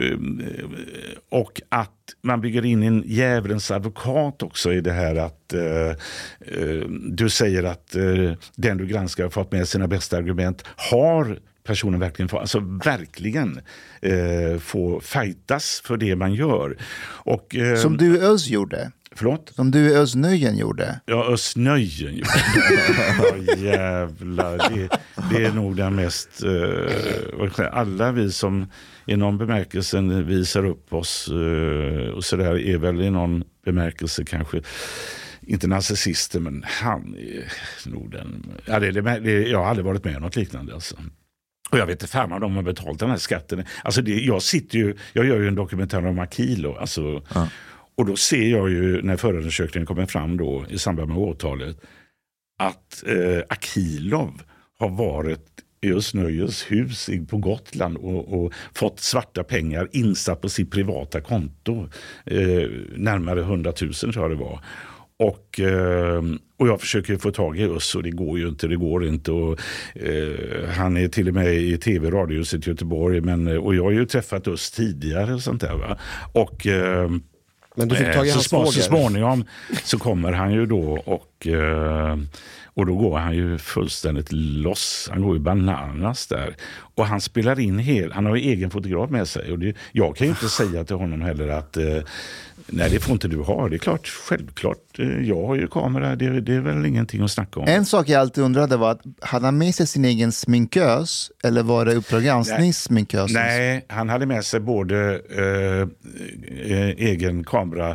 och att man bygger in en djävulens advokat också i det här att du säger att den du granskar har fått med sina bästa argument. Har personen verkligen får, alltså verkligen eh, få fightas för det man gör. Och, eh, som du Öz gjorde. Förlåt? Som du Öz Nöjen gjorde. Ja, Öz Nöjen gjorde. Ja, jävlar. Det, det är nog den mest... Eh, alla vi som i någon bemärkelse visar upp oss eh, och sådär är väl i någon bemärkelse kanske inte narcissister, men han är nog den... Ja, det, det, det, jag har aldrig varit med om något liknande alltså. Och jag vet inte fan om de har betalt den här skatten. Alltså det, jag sitter ju, jag gör ju en dokumentär om Akilo. Alltså, ja. Och då ser jag ju när förundersökningen kommer fram då i samband med åtalet att eh, Akilov har varit i Östnöjes hus på Gotland och, och fått svarta pengar insatt på sitt privata konto. Eh, närmare hundratusen tror jag det var. Och, eh, och jag försöker få tag i Öss och det går ju inte, det går inte. Och, eh, han är till och med i tv radiohuset i Göteborg, men, och jag har ju träffat Öss tidigare och sånt där va. Och eh, men du fick tag i hans så, så småningom så kommer han ju då och eh, och då går han ju fullständigt loss. Han går ju bananas där. Och han spelar in hel, han har ju egen fotograf med sig. Och det, jag kan ju inte säga till honom heller att eh, nej, det får inte du ha. Det är klart, självklart. Eh, jag har ju kamera, det, det är väl ingenting att snacka om. En sak jag alltid undrade var att hade han med sig sin egen sminkös eller var det Uppdrag gransknings sminkös? Nej, han hade med sig både eh, eh, egen kamera,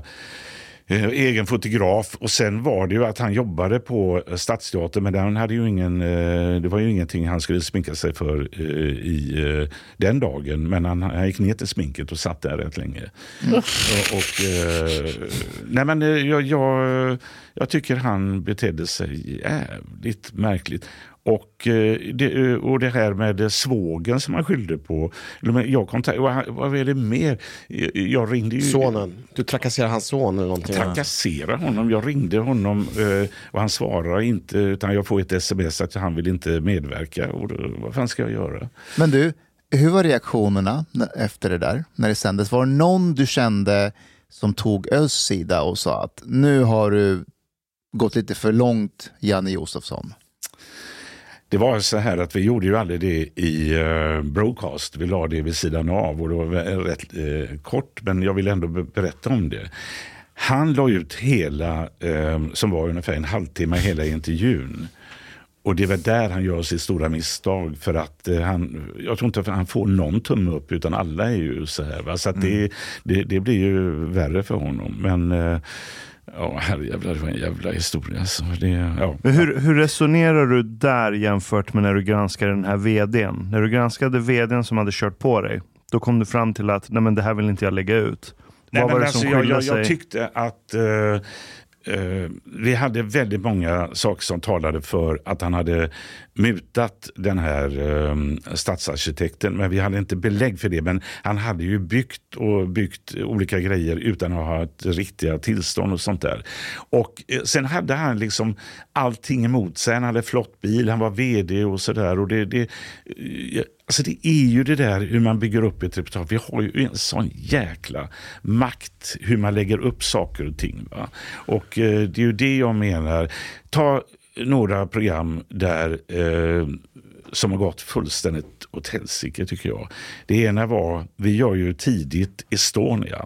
egen fotograf och sen var det ju att han jobbade på Stadsteatern, men han hade ju ingen, det var ju ingenting han skulle sminka sig för i den dagen, men han, han gick ner till sminket och satt där rätt länge. Mm. Och, och nej men jag, jag, jag tycker han betedde sig jävligt märkligt. Och det, och det här med svågen som han skyllde på. Jag kontakt, vad är det mer? Jag ringde ju... Sonen. Du trakasserar hans son eller någonting? Trakasserar honom. Jag ringde honom och han svarar inte, utan jag får ett sms att han vill inte medverka. Och då, vad fan ska jag göra? Men du, hur var reaktionerna efter det där? När det sändes? Var det någon du kände som tog Ös sida och sa att nu har du gått lite för långt, Janne Josefsson? Det var så här att vi gjorde ju aldrig det i uh, broadcast. Vi la det vid sidan av och det var rätt uh, kort, men jag vill ändå berätta om det. Han la ut hela, uh, som var ungefär en halvtimme, hela intervjun. Och det var där han gör sitt stora misstag, för att uh, han, jag tror inte att han får någon tumme upp, utan alla är ju så här. Va? Så att mm. det, det, det blir ju värre för honom. Men... Uh, Ja, herrejävlar, det var en jävla historia. Så det, ja. hur, hur resonerar du där jämfört med när du granskade den här vdn? När du granskade vdn som hade kört på dig, då kom du fram till att nej, men det här vill inte jag lägga ut. Nej, Vad var men det alltså, som jag, jag, sig? jag tyckte att uh, uh, vi hade väldigt många saker som talade för att han hade mutat den här um, stadsarkitekten, men vi hade inte belägg för det. Men han hade ju byggt och byggt olika grejer utan att ha ett riktiga tillstånd och sånt där. Och eh, sen hade han liksom allting emot sig. Han hade flott bil, han var vd och sådär. Och det, det, eh, alltså det är ju det där hur man bygger upp ett reportage. Vi har ju en sån jäkla makt hur man lägger upp saker och ting. Va? Och eh, det är ju det jag menar. Ta några program där eh, som har gått fullständigt åt helsike tycker jag. Det ena var, vi gör ju tidigt Estonia,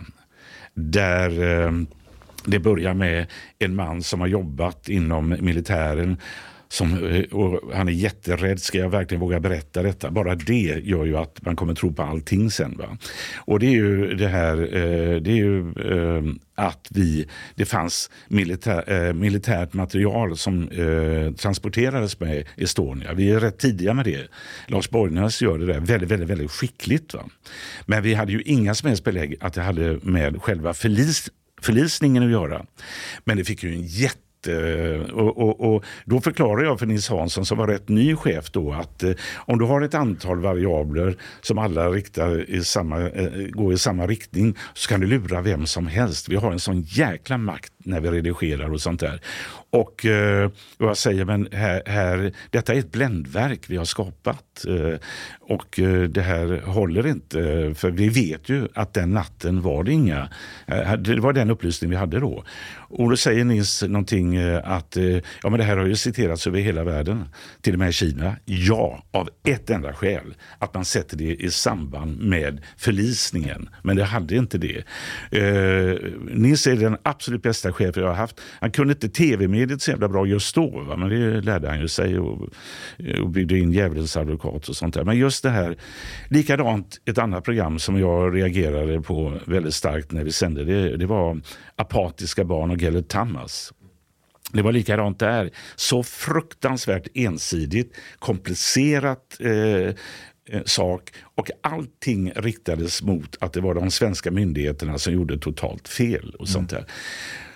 där eh, det börjar med en man som har jobbat inom militären. Som, och han är jätterädd, ska jag verkligen våga berätta detta? Bara det gör ju att man kommer tro på allting sen. Va? Och det är ju det här, eh, det är ju eh, att vi, det fanns militär, eh, militärt material som eh, transporterades med Estonia. Vi är rätt tidiga med det. Lars Borgnäs gör det där väldigt, väldigt, väldigt skickligt. Va? Men vi hade ju inga som helst belägg att det hade med själva förlis, förlisningen att göra. Men det fick ju en jätte Och, och, och då förklarar jag för Nils Hansson, som var rätt ny chef då, att eh, om du har ett antal variabler som alla riktar i samma, eh, går i samma riktning, så kan du lura vem som helst. Vi har en sån jäkla makt när vi redigerar och sånt där. Och eh, jag säger, men här, här, detta är ett bländverk vi har skapat. Eh, och eh, det här håller inte, för vi vet ju att den natten var det inga. Eh, det var den upplysning vi hade då. Och då säger Nils någonting eh, att eh, ja, men det här har ju citerats över hela världen, till och med i Kina. Ja, av ett enda skäl. Att man sätter det i samband med förlisningen. Men det hade inte det. Eh, Nils är den absolut bästa chefen jag har haft. Han kunde inte tv-mediet så jävla bra just då, va? Men det lärde han ju sig och, och byggde in djävulens advokat och sånt där. Men just det här, likadant ett annat program som jag reagerade på väldigt starkt när vi sände det, det var Apatiska barn och Gellert Tamas. Det var likadant där. Så fruktansvärt ensidigt, komplicerat eh, sak, och allting riktades mot att det var de svenska myndigheterna som gjorde totalt fel och sånt där.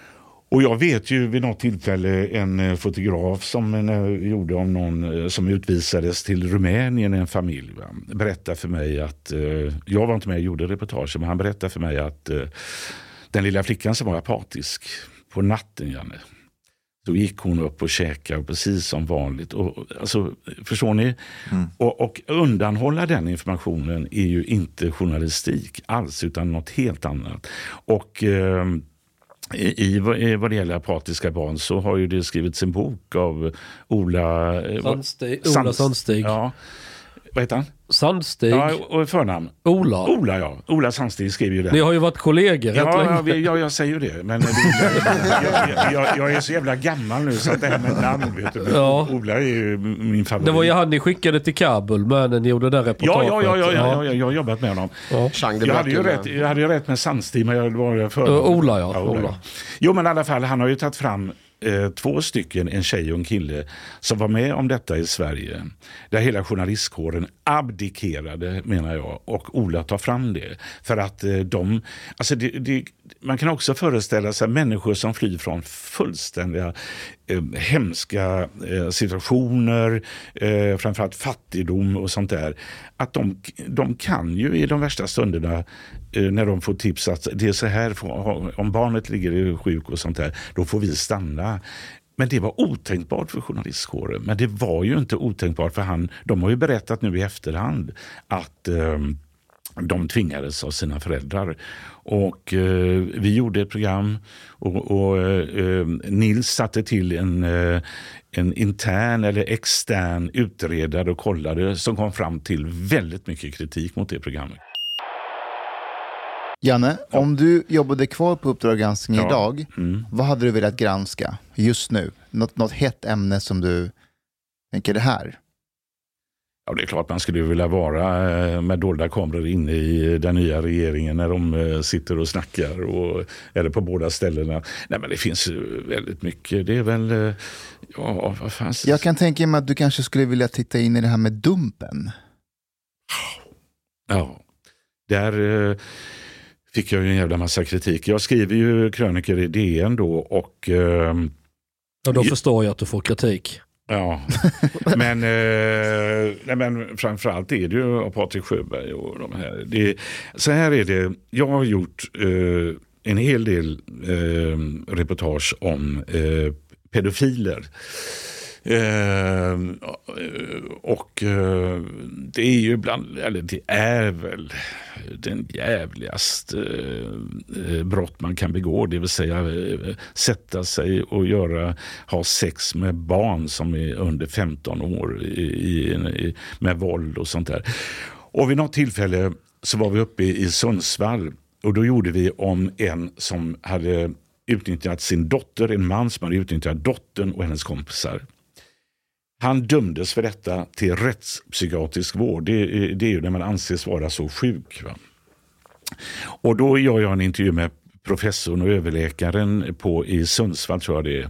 Och jag vet ju vid något tillfälle en fotograf som gjorde om någon som utvisades till Rumänien, en familj, va? Berättade för mig att, jag var inte med och gjorde reportage, men han berättade för mig att den lilla flickan som var apatisk på natten, Janne, så gick hon upp och käkade precis som vanligt. Och, alltså, förstår ni? Mm. Och, och undanhålla den informationen är ju inte journalistik alls, utan något helt annat. Och eh, i, i vad det gäller apatiska barn så har ju det skrivits en bok av Ola Sandsteg. Sand, Ola Sandsteg. Ja. Vad heter han? Sandsteg. Ja, och förnamn. Ola. Ola, ja. Ola Sandsteg skriver ju det. Ni har ju varit kollegor ja, rätt ja, länge. Ja, jag säger ju det. Men jag, jag, jag, jag är så jävla gammal nu så att det här med namn, vet du. Ja. Ola är ju min favorit. Det var ju han ni skickade till Kabul, men ni gjorde det reportaget. Ja, ja, ja, ja, ja, ja, jag har jobbat med honom. Ja. Jag, hade ju rätt, jag hade ju rätt med Sandsteg, men jag var för uh, Ola, ja. ja Ola. Ola. Jo, men i alla fall, han har ju tagit fram Eh, två stycken, en tjej och en kille, som var med om detta i Sverige. Där hela journalistkåren abdikerade, menar jag, och Ola tar fram det. För att eh, de, alltså det, det, man kan också föreställa sig människor som flyr från fullständiga eh, hemska eh, situationer, eh, framförallt fattigdom och sånt där. Att de, de kan ju i de värsta stunderna eh, när de får tips att det är så här, om barnet ligger sjuk och sånt där, då får vi stanna. Men det var otänkbart för journalistkåren. Men det var ju inte otänkbart för han. De har ju berättat nu i efterhand att eh, de tvingades av sina föräldrar. Och eh, vi gjorde ett program och, och eh, Nils satte till en, eh, en intern eller extern utredare och kollade som kom fram till väldigt mycket kritik mot det programmet. Janne, ja. Om du jobbade kvar på Uppdrag granskning ja. idag, mm. vad hade du velat granska just nu? Något, något hett ämne som du tänker det här? Ja, det är klart man skulle vilja vara med dolda kameror inne i den nya regeringen när de sitter och snackar och, eller på båda ställena. Nej, men det finns väldigt mycket. Det är väl, ja, vad fan. Jag kan tänka mig att du kanske skulle vilja titta in i det här med Dumpen. Ja, där fick jag ju en jävla massa kritik. Jag skriver ju krönikor i D N då och... Eh, och då förstår jag att du får kritik. Ja, men, eh, nej, men framförallt är det ju av Patrik Sjöberg och de här. Det, så här är det, jag har gjort eh, en hel del eh, reportage om eh, pedofiler. Eh, och eh, det är ju bland, eller det är väl den jävligaste eh, brott man kan begå, det vill säga eh, sätta sig och göra, ha sex med barn som är under femton år i, i, i, med våld och sånt där. Och vid något tillfälle så var vi uppe i Sundsvall och då gjorde vi om en som hade utnyttjat sin dotter, en man som hade utnyttjat dottern och hennes kompisar. Han dömdes för detta till rättspsykiatrisk vård. Det, det är ju när man anses vara så sjuk. Va? Och då gör jag en intervju med professorn och överläkaren på, i Sundsvall, tror jag det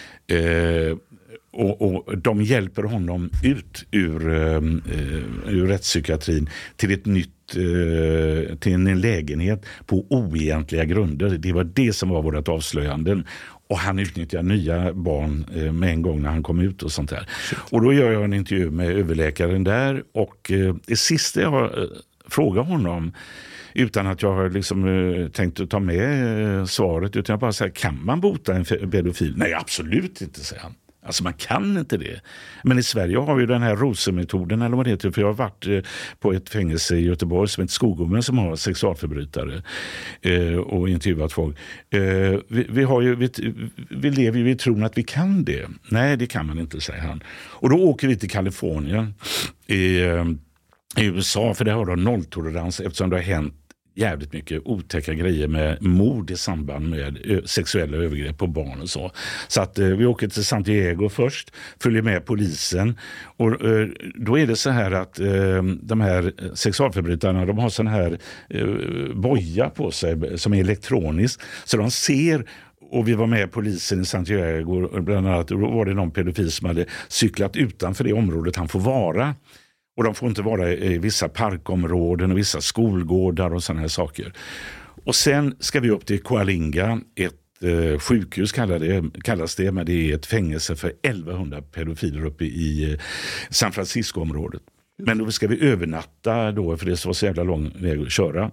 är. Eh, och, och de hjälper honom ut ur, eh, ur rättspsykiatrin till ett nytt eh, till en lägenhet på oegentliga grunder. Det var det som var vårt avslöjanden. Och han utnyttjar nya barn eh, med en gång när han kom ut och sånt där. Shit. Och då gör jag en intervju med överläkaren där. Och eh, det sista jag eh, frågar honom, utan att jag har liksom, eh, tänkt att ta med eh, svaret, utan jag bara säger, kan man bota en pedofil? Nej, absolut inte, säger han. Alltså man kan inte det. Men i Sverige har vi den här rosemetoden, eller vad det heter. För jag har varit eh, på ett fängelse i Göteborg som heter Skogome, som har sexualförbrytare eh, och intervjuat folk. Eh, vi, vi, har ju, vi, vi lever ju i tron att vi kan det. Nej, det kan man inte, säger han. Och då åker vi till Kalifornien i, eh, i U S A, för det har de nolltolerans eftersom det har hänt jävligt mycket otäcka grejer med mord i samband med ö- sexuella övergrepp på barn och så. Så att eh, vi åker till Santiago först, följer med polisen och eh, då är det så här att eh, de här sexualförbrytarna, de har sån här eh, boja på sig som är elektronisk, så de ser. Och vi var med polisen i Santiago, bland annat, och då var det någon pedofil som hade cyklat utanför det området han får vara. Och de får inte vara i vissa parkområden och vissa skolgårdar och sådana här saker. Och sen ska vi upp till Coalinga, ett eh, sjukhus kallas det, kallas det, men det är ett fängelse för elvahundra pedofiler uppe i eh, San Francisco-området. Men då ska vi övernatta då, för det var så jävla lång väg att köra.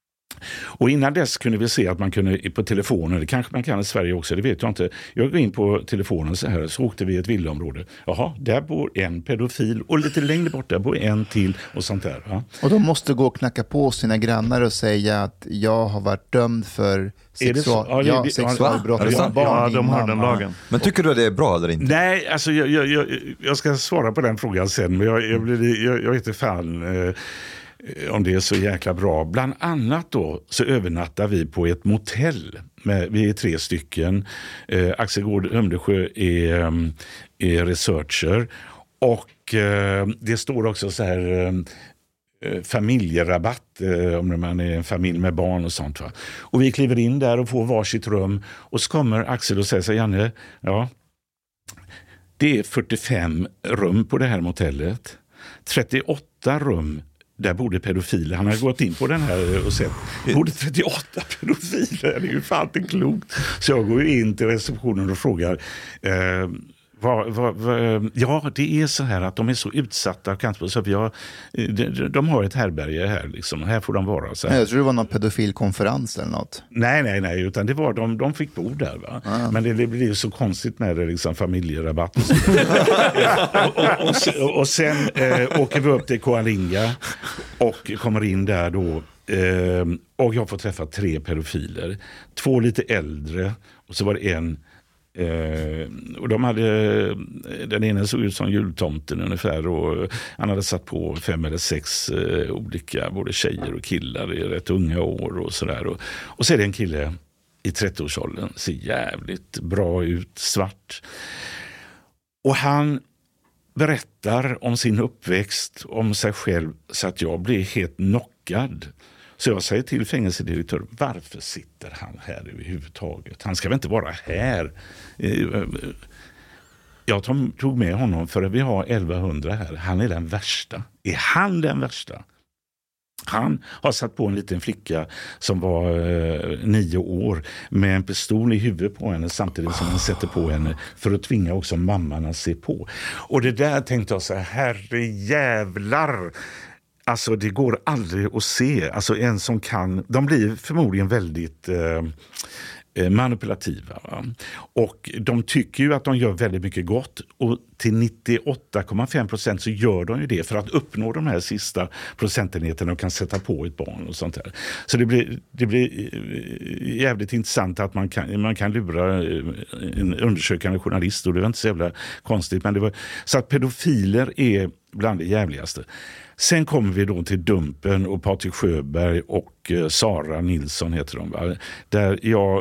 Och innan dess kunde vi se att man kunde på telefonen, det kanske man kan i Sverige också, det vet jag inte. Jag går in på telefonen så här, så åkte vi i ett villaområde. Jaha, där bor en pedofil och lite längre bort där bor en till och sånt där. Ja. Och de måste gå och knacka på sina grannar och säga att jag har varit dömd för sexual... ja, ja, sexualbrott mot ja, barn. Ja, de har den lagen. Men tycker du att det är bra eller inte? Nej, alltså jag, jag, jag, jag ska svara på den frågan sen, men jag, jag, blir, jag, jag vet inte fan... Eh, om det är så jäkla bra. Bland annat då så övernattar vi på ett motell. Med, vi är tre stycken. Eh, Axel Gård Humlesjö är, är researcher. Och eh, det står också så här eh, familjerabatt eh, om man är en familj med barn och sånt. Va? Och vi kliver in där och får varsitt rum. Och så kommer Axel och säger så, Janne, ja, det är fyrtiofem rum på det här motellet. trettioåtta rum där borde pedofiler. Han har gått in på den här och sett borde trettioåtta pedofiler. Det är ju fan inte klokt. Så jag går ju in till receptionen och frågar eh, vad, vad, vad, ja, det är så här att de är så utsatta. Så vi har, de, de har ett härberge här. Liksom. Här får de vara. Så här. Jag tror det var någon pedofilkonferens eller något. Nej, nej, nej. Utan det var de, de fick bo där. Va? Ah. Men det, det blir så konstigt med det, liksom, familjerabatt. Och, och, och, och, och sen eh, åker vi upp till Coalinga och kommer in där då. Eh, och jag får träffa tre pedofiler. Två lite äldre och så var det en. Eh, och de hade, den ena såg ut som jultomten ungefär och han hade satt på fem eller sex eh, olika både tjejer och killar i rätt unga år och sådär. Och, och så är det en kille i trettioårsåldern, ser jävligt bra ut, svart. Och han berättar om sin uppväxt, om sig själv så att jag blir helt knockad. Så jag säger till fängelsedirektör, varför sitter han här överhuvudtaget? Han ska väl inte vara här? Jag tog med honom för att vi har elvahundra här. Han är den värsta. Är han den värsta? Han har satt på en liten flicka som var eh, nio år med en pistol i huvudet på henne samtidigt som han sätter på henne för att tvinga också mamman att se på. Och det där tänkte jag så här, herre jävlar. Alltså det går aldrig att se. Alltså en som kan, de blir förmodligen väldigt eh, manipulativa. Va? Och de tycker ju att de gör väldigt mycket gott. Och till nittioåtta komma fem procent så gör de ju det för att uppnå de här sista procentenheterna och kan sätta på ett barn och sånt där. Så det blir, det blir jävligt intressant att man kan, man kan lura en undersökande journalist och det var inte så jävla konstigt. Men det var, så att pedofiler är bland det jävligaste. Sen kommer vi då till Dumpen och Patrik Sjöberg och Sara Nilsson heter de. Va? Där jag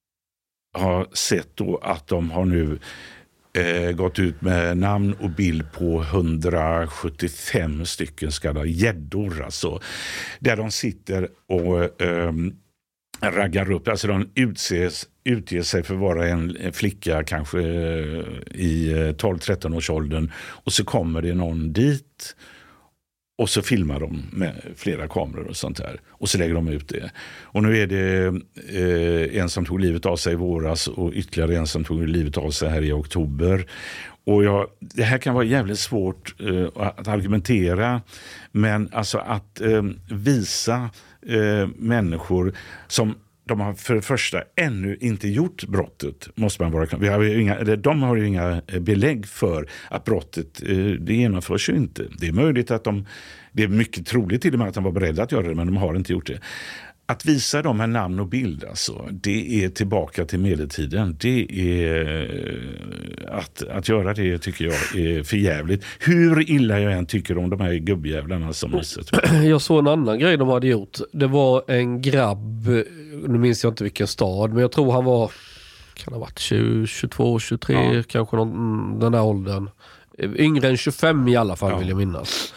har sett då att de har nu eh, gått ut med namn och bild på hundrasjuttiofem stycken skadade gäddor. Alltså, där de sitter och eh, raggar upp. Alltså de utses, utger sig för att vara en, en flicka kanske eh, i tolv tretton års åldern. Och så kommer det någon dit. Och så filmar de med flera kameror och sånt här. Och så lägger de ut det. Och nu är det eh, en som tog livet av sig i våras och ytterligare en som tog livet av sig här i oktober. Och jag, det här kan vara jävligt svårt eh, att argumentera. Men alltså att eh, visa eh, människor som de har för det första ännu inte gjort brottet, måste man vara klar. Vi har ju inga, de har ju inga belägg för att brottet, det genomförs ju inte. Det är möjligt att de, det är mycket troligt till och med att de var beredda att göra det, men de har inte gjort det. Att visa dem en namn och bild, alltså, det är tillbaka till medeltiden. Det är att, att göra det tycker jag är för jävligt. Hur illa jag än tycker om de här gubbjävlarna som är. Jag såg en annan grej de hade gjort. Det var en grabb, nu minns jag inte vilken stad, men jag tror han var, kan ha varit tjugo, tjugotvå, tjugotre, ja. Kanske någon, den där åldern. Yngre än tjugofem i alla fall, ja. Vill jag minnas.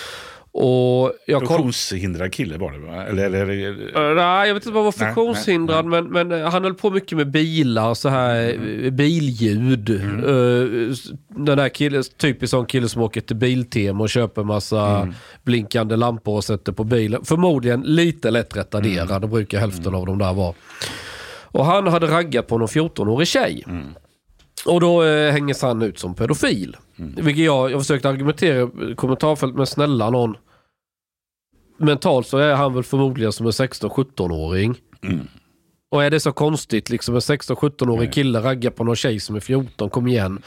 Och jag funktionshindrad kille var det, va? Eller, eller, eller... Uh, nej, jag vet inte vad var funktionshindrad, nej, nej. Men, men han höll på mycket med bilar, så här mm. billjud. Mm. Uh, den här killen, typiskt sån kille som åker till Biltema och köper massa mm. blinkande lampor och sätter på bilen. Förmodligen lite lätt retarderad, mm. det brukar hälften mm. av dem där vara. Och han hade raggat på någon fjorton-årig tjej. Mm. Och då eh, hänges han ut som pedofil. Mm. Vilket jag, jag försökte argumentera i kommentarfält med snälla någon. Mentalt så är han väl förmodligen som en sexton-sjutton-åring. Mm. Och är det så konstigt, liksom en sexton-sjutton-årig kille raggar på någon tjej som är fjorton, kom igen.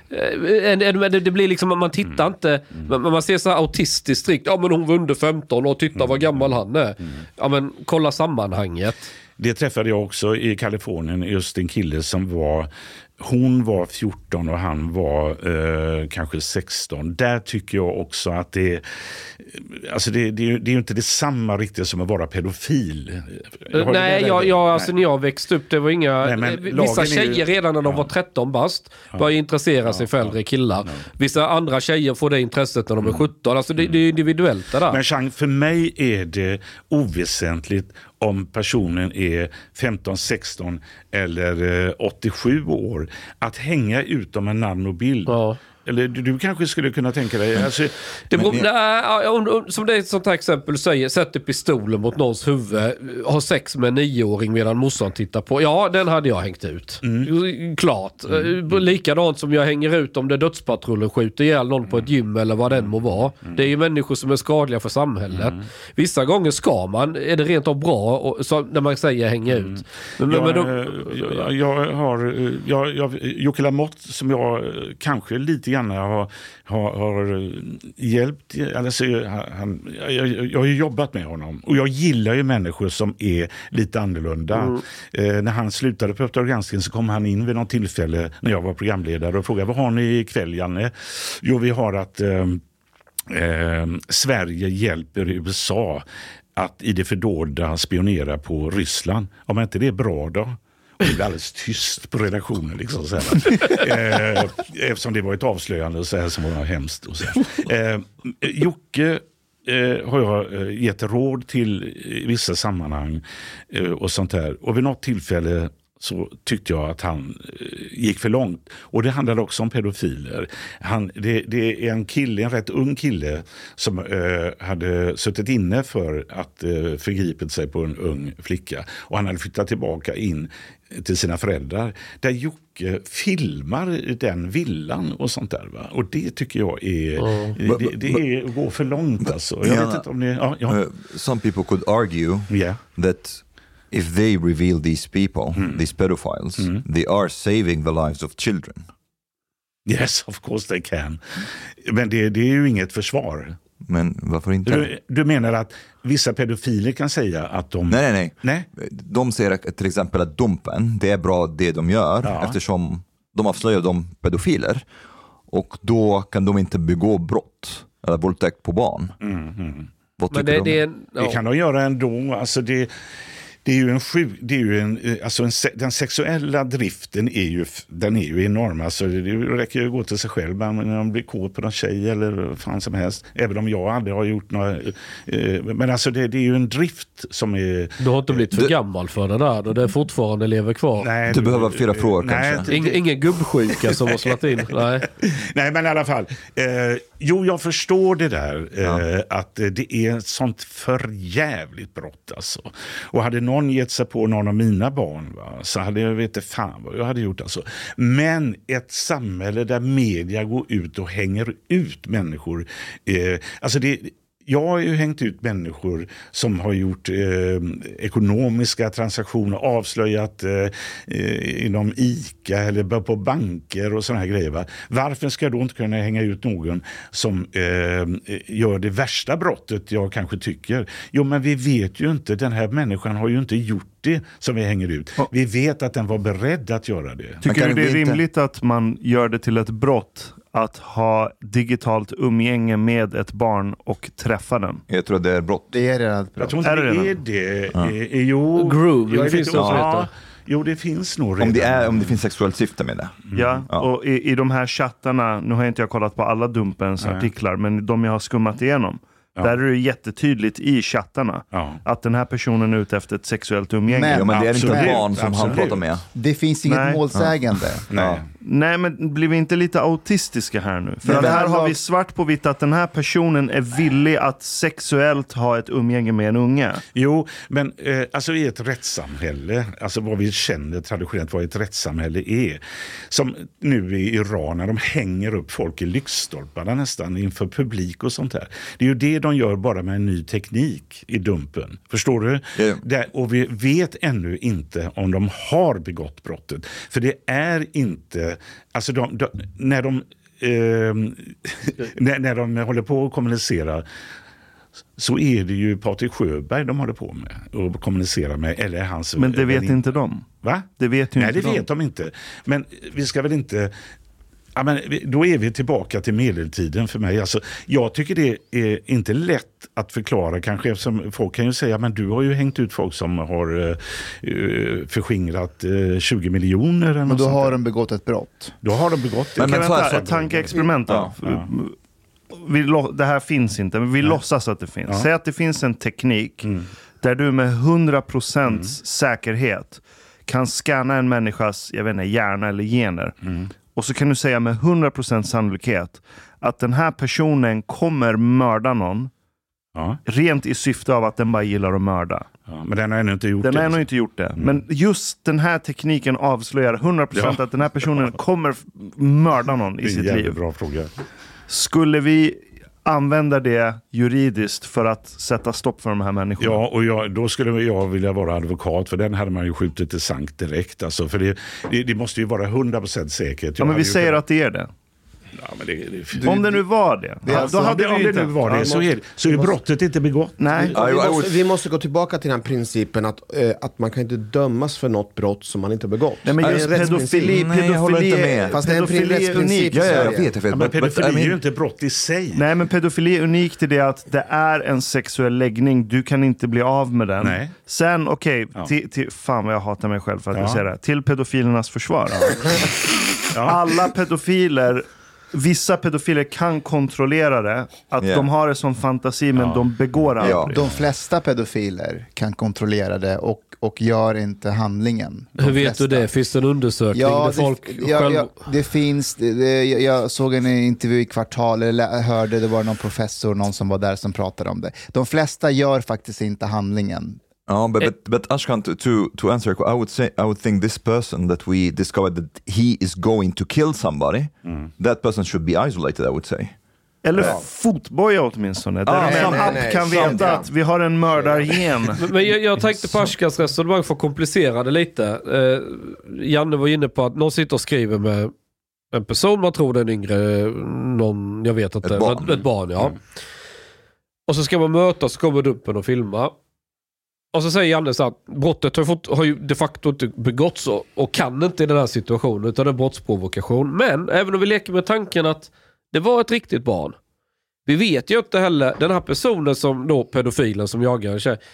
Eh, det blir liksom, man tittar mm. inte, mm. man, man ser så här autistiskt strikt, ja men hon var under femton och titta mm. vad gammal han är. Mm. Ja men kolla sammanhanget. Det träffade jag också i Kalifornien, just en kille som var, hon var fjorton och han var eh, kanske sexton. Där tycker jag också att det, alltså det, det, det är ju inte detsamma riktigt som att vara pedofil. Jag nej, jag, jag, alltså när jag växte upp, det var inga, nej, vissa tjejer ju, redan när de ja. var tretton bast började ja. intressera sig ja. för äldre killar. Ja. Vissa andra tjejer får det intresset när de är sjutton. Alltså det, det är individuellt det där. Men Chang, för mig är det oväsentligt om personen är femton, sexton eller åttiosju år, att hänga ut om en namn och bild. Ja. Eller du, du kanske skulle kunna tänka dig... Alltså, det beror, nej, om, om, som det är ett sånt här exempel säger, sätter pistolen mot någons huvud, har sex med en nioåring medan morsan tittar på. Ja, den hade jag hängt ut. Mm. Klart. Mm. Likadant som jag hänger ut om det dödspatrullen skjuter ihjäl någon på ett gym eller vad den må vara. Mm. Det är ju människor som är skadliga för samhället. Mm. Vissa gånger ska man, är det rent av bra och, så, när man säger hänga ut. Men, jag, men då, jag, jag har... Jag, jag, Jocke Lamotte som jag kanske lite grann har, har, har hjälpt, alltså, han, jag, jag har ju jobbat med honom och jag gillar ju människor som är lite annorlunda. Mm. Eh, när han slutade på Uppdrag granskning så kom han in vid något tillfälle när jag var programledare och frågade, vad har ni ikväll, Janne? Jo, vi har att eh, eh, Sverige hjälper U S A att i det fördolda spionera på Ryssland. Om inte det är bra då? Och det blev alldeles tyst på redaktionen liksom, så här. Eh, eftersom det var ett avslöjande och så här som var hemskt. Och så eh, Jocke eh, har jag eh, gett råd till i vissa sammanhang eh, och sånt här. Och vid något tillfälle så tyckte jag att han eh, gick för långt. Och det handlade också om pedofiler. Han, det, det är en kille, en rätt ung kille som eh, hade suttit inne för att eh, förgripit sig på en ung flicka. Och han hade flyttat tillbaka in till sina föräldrar. Där Jocke filmar den villan och sånt där. Va? Och det tycker jag är, mm. det, det är går för långt alltså. Jag yeah, vet inte om det, ja, ja. Uh, some people could argue yeah. that if they reveal these people, mm. these pedophiles, mm. they are saving the lives of children. Yes, of course they can. Men det, det är ju inget försvar. Men varför inte? Du, du menar att vissa pedofiler kan säga att de... Nej, nej, nej. nej? De säger till exempel att Dumpen, det är bra det de gör ja. eftersom de avslöjar de pedofiler. Och då kan de inte begå brott eller våldtäkt på barn. Mm, mm. Vad tycker Men det, de? Det, no. det kan de göra ändå. Alltså det... Det är ju en sjuk, det är ju en, alltså en, den sexuella driften är ju, den är ju enorm. Alltså det räcker ju att gå till sig själv när man blir kåt på någon tjej eller vad fan som helst. Även om jag aldrig har gjort några... Eh, men alltså det, det är ju en drift som är... Du har inte blivit för du, gammal för det där och det fortfarande lever kvar. Nej, du, du behöver fyra frågor nej, kanske. Ingen, ingen gubbsjuka som har slått in. Nej. nej, men i alla fall. Eh, jo, jag förstår det där. Eh, ja. Att det är ett sånt förjävligt brott alltså. Och hade någon någon gett sig på någon av mina barn, va, så hade jag vet inte fan vad jag hade gjort alltså. Men ett samhälle där media går ut och hänger ut människor, eh, alltså det jag har ju hängt ut människor som har gjort eh, ekonomiska transaktioner, avslöjat eh, inom ICA eller på banker och såna här grejer. Va? Varför ska jag då inte kunna hänga ut någon som eh, gör det värsta brottet jag kanske tycker? Jo, men vi vet ju inte, den här människan har ju inte gjort det som vi hänger ut. Vi vet att den var beredd att göra det. Tycker du det är rimligt att man gör det till ett brott att ha digitalt umgänge med ett barn och träffa den? Jag tror det är brott. Det är redan ett brott. Jag tror inte är det, det är det. Ja. E, jo, Groove, det finns det också. Ja, jo, det finns nog redan. Om det, är, om det finns sexuellt syfte med det. Mm. Ja, ja, och i, i de här chattarna, nu har inte jag kollat på alla Dumpens Nej. artiklar, men de jag har skummat igenom. Ja. Där är det jättetydligt i chattarna ja. att den här personen är ute efter ett sexuellt umgänge. Men, ja, men det är absolut, inte barn som absolut. han pratar med. Det finns inget Nej. målsägande. Ja. Nej. Nej, men blir vi inte lite autistiska här nu? För Nej, att här har... har vi svart på vitt att den här personen är villig att sexuellt ha ett umgänge med en unge. Jo, men eh, alltså i ett rättssamhälle, alltså vad vi känner traditionellt vad ett rättssamhälle är. Som nu i Iran när de hänger upp folk i lyktstolparna nästan inför publik och sånt här. Det är ju det de gör bara med en ny teknik i Dumpen. Förstår du? Yeah. Det, och vi vet ännu inte om de har begått brottet. För det är inte, alltså de, de, när de eh, när, när de håller på att kommunicera så är det ju Patrik Sjöberg de håller på med och kommunicera med, eller hans... Men det vet eller, inte de. Va? Det vet ju Nej, inte det de. vet de inte. Men vi ska väl inte... Ja, men då är vi tillbaka till medeltiden för mig. Alltså, jag tycker det är inte lätt att förklara kanske, eftersom folk kan ju säga men du har ju hängt ut folk som har uh, förskingrat uh, tjugo miljoner. Eller men då har de begått ett brott. Då har de begått det. Men, men vänta, ett tankeexperiment då. Ja, ja. Vi, det här finns inte, men vi Nej. låtsas att det finns. Ja. Säg att det finns en teknik mm. där du med hundra procent mm. säkerhet kan scanna en människas, jag vet inte, hjärna eller gener. Mm. Och så kan du säga med hundra procent sannolikhet att den här personen kommer mörda någon. Ja. Rent i syfte av att den bara gillar att mörda. Ja, men den har ännu inte gjort den det. Den har ännu inte gjort det. Mm. Men just den här tekniken avslöjar hundra procent ja. att den här personen kommer mörda någon i sitt liv. Det är en jävligt bra fråga. Skulle vi använda det juridiskt för att sätta stopp för de här människorna? Ja, och jag, då skulle jag vilja vara advokat, för den hade man ju skjutit till sankt direkt. Alltså, för det, det, det måste ju vara hundra procent säkert. Ja, men vi säger kunnat... att det är det. Ja, men det, det, du, om det nu var det. det alltså, då hade det, vi om inte, det nu var det ja, så är, så är brottet inte begått. Nej. Ja, vi, måste, vi måste gå tillbaka till den principen att, äh, att man kan inte dömas för något brott som man inte begått. Nej, men just pedofili, Nej, jag håller inte med. Fast det är en rättsprincip. Ja, ja, jag vet, jag vet. Ja, men pedofili är ju inte brott i sig. Nej, men pedofili är unikt i det att det är en sexuell läggning. Du kan inte bli av med den. Nej. Sen, okej, okay, ja. till, till, fan vad jag hatar mig själv för att ja. jag säger det. Till pedofilernas försvar. Ja. Ja. Alla pedofiler Vissa pedofiler kan kontrollera det. Att yeah. de har det som fantasi men ja. de begår aldrig. Ja. De flesta pedofiler kan kontrollera det och, och gör inte handlingen. De Hur vet flesta. du det? Finns det en undersökning ja, där det, folk ja, själv... ja, det finns. Det, jag såg en intervju i Kvartal eller hörde det var någon professor, någon som var där som pratade om det. De flesta gör faktiskt inte handlingen. Oh, but, but but Ashkan, to, to to answer, I would say I would think this person that we discovered that he is going to kill somebody, mm. that person should be isolated, I would say. Eller ja. fotboja åtminstone. Där ah, en app nej, kan veta ja. att vi har en mördargen. Men jag, jag tänkte på Ashkans resonemang för att komplicera det lite. Eh, Janne var inne på att någon sitter och skriver med en person, man tror den yngre, någon, jag vet inte, ett barn, ett, ett barn ja. Mm. Och så ska man mötas, så kommer Dumpen och filma. Och så säger Janne så att brottet har, fått, har ju de facto inte begåtts och, och kan inte i den här situationen utan det är brottsprovokation. Men även om vi leker med tanken att det var ett riktigt barn. Vi vet ju inte heller, den här personen som då, pedofilen som jagar en tjej.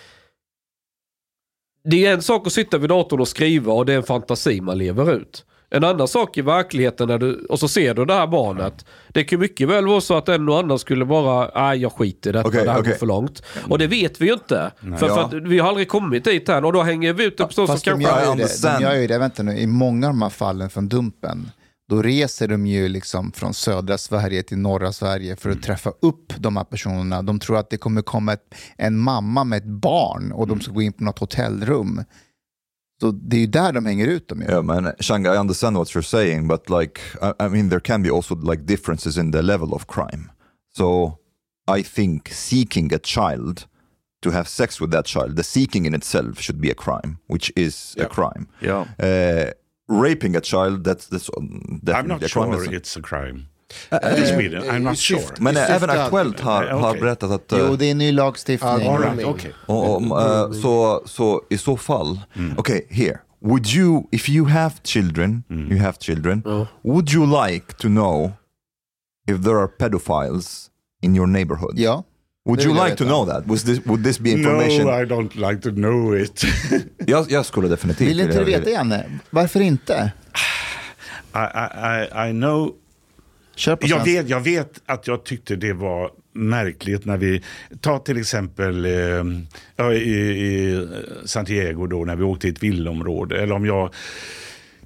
Det är en sak att sitta vid datorn och skriva och det är en fantasi man lever ut. En annan sak i verkligheten när du, och så ser du det här barnet. Det kan mycket väl vara så att en och annan skulle bara, nej jag skiter i detta, okay, det här okay. går för långt. Och det vet vi ju inte. För, ja. för att vi har aldrig kommit dit än och då hänger vi ut en person ja, som de kanske... Gör det, de gör ju det, vänta nu, i många av de här fallen från Dumpen, då reser de ju liksom från södra Sverige till norra Sverige för att mm. träffa upp de här personerna. De tror att det kommer komma ett, en mamma med ett barn och de ska gå in på något hotellrum. Så det är ju där de hänger ut dem. Yeah, man, Shang, I understand what you're saying, but like, I, I mean, there can be also like differences in the level of crime. So I think seeking a child to have sex with that child, the seeking in itself should be a crime, which is yeah. a crime. Yeah. Uh, raping a child, that's, that's definitely I'm not a crime. Sure it's a crime. Uh, I Sweden, I'm not sure. Men även Aktuellt har, okay. har berättat att... Uh, jo, det är en ny lagstiftning. All right, okay. och, um, uh, så, så i så fall... Mm. Okay, here. Would you, if you have children, mm. you have children, oh. would you like to know if there are pedophiles in your neighborhood? Ja. Would you like to know that? Was this, would this be information? No, I don't like to know it. jag, jag skulle definitivt... Vill inte du veta, Janne? Varför inte? I, I, I know... Jag vet, jag vet att jag tyckte det var märkligt när vi tar till exempel eh, i, i Santiago då när vi åkte i ett villområde, eller om jag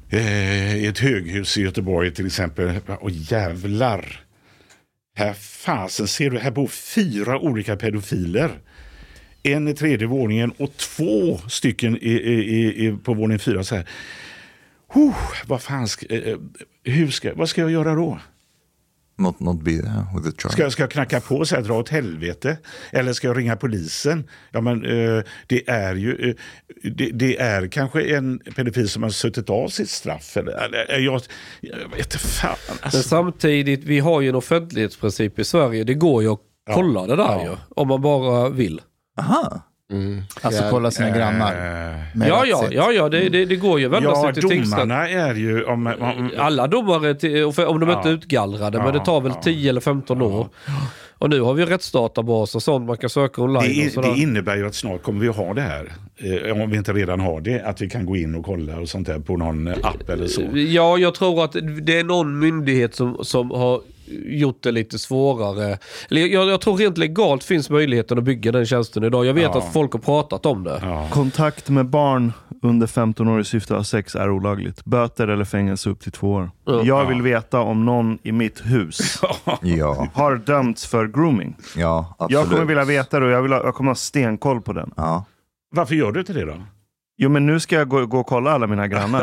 eh, i ett höghus i Göteborg till exempel. Och jävlar. Här fasen ser du, här bor fyra olika pedofiler. En i tredje våningen och två stycken i, i, i, på våning fyra. Så här. Oh, vad fan ska, eh, hur ska, vad ska jag göra då? Not, not be there with the child. Ska jag, ska jag knacka på och säga dra åt helvete? Eller ska jag ringa polisen? Ja, men eh, det är ju eh, det, det är kanske en pedofil som har suttit av sitt straff. Eller, eller jag, jag vet inte fan. Alltså. Men samtidigt, vi har ju en offentlighetsprincip i Sverige. Det går ju att kolla ja, det där ja. ju. Om man bara vill. Aha. Mm. Alltså ja, kolla sina äh, grannar. Ja, ja, ja, ja det, det, det går ju vända ja, sig till tingsrätt. Domarna är ju... Om, om, alla domare, till, om de ja, inte är utgallrade, ja, men det tar väl ja, tio eller femton ja. år. Och nu har vi rättsdatabas och sånt man kan söka online. Det, det innebär ju att snart kommer vi att ha det här. Eh, om vi inte redan har det. Att vi kan gå in och kolla och sånt där på någon app eller så. Ja, jag tror att det är någon myndighet som, som har gjort det lite svårare. Jag, jag tror rent legalt finns möjligheten att bygga den tjänsten idag. Jag vet ja. att folk har pratat om det. Ja. Kontakt med barn under femton år i syfte av sex är olagligt. Böter eller fängelse upp till två år. Mm. Jag vill veta om någon i mitt hus ja. har dömts för grooming. Ja, absolut. Jag kommer vilja veta det och jag, vill ha, jag kommer ha stenkoll på den. Ja. Varför gör du inte det då? Jo, men nu ska jag gå, gå och kolla alla mina grannar.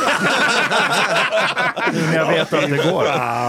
Men jag vet att det går.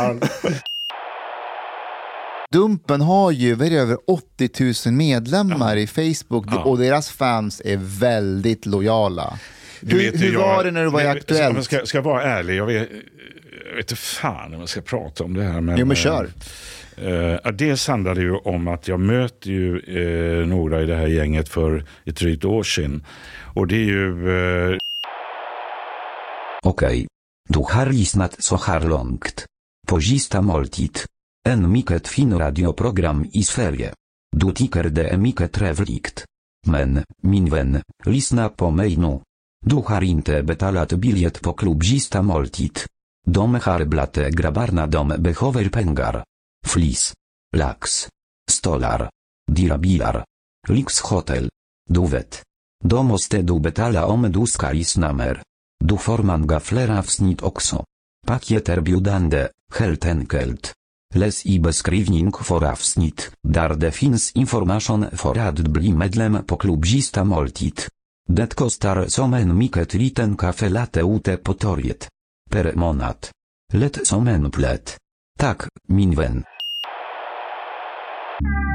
Dumpen har ju väl över åttio tusen medlemmar ja. i Facebook ja. och deras fans är väldigt lojala. Hur, vet, hur jag, var det när du var men, aktuellt? Ska, ska jag vara ärlig, jag vet, jag vet inte fan om jag ska prata om det här. Men, jo, men kör. Uh, det handlade ju om att jag möter ju uh, några i det här gänget för ett drygt år sedan. Och det är ju... Uh... Okej. Okay. Du har lyssnat så här långt. På Sista måltid. En mycket fin radioprogram i Sverige. Du tycker det är mycket trevligt. Men, min vän, lyssna på mig nu. Du har inte betalat biljett på klubb Sista måltid. De har blate grabbarna de behöver pengar. Flis. Lax. Stolar. Dirabilar. Lyxhotel. Du vet. Då måste du betala om du ska lyssna mer. Du får många fler avsnitt också. Paket erbjudande, helt enkelt. Läs i beskrivning för avsnitt, där det finns information för att bli medlem på klubb Sista måltid. Det kostar som en mycket liten kaffe latte ute på torget. Per månad. Lätt som en plätt. Tack, min vän.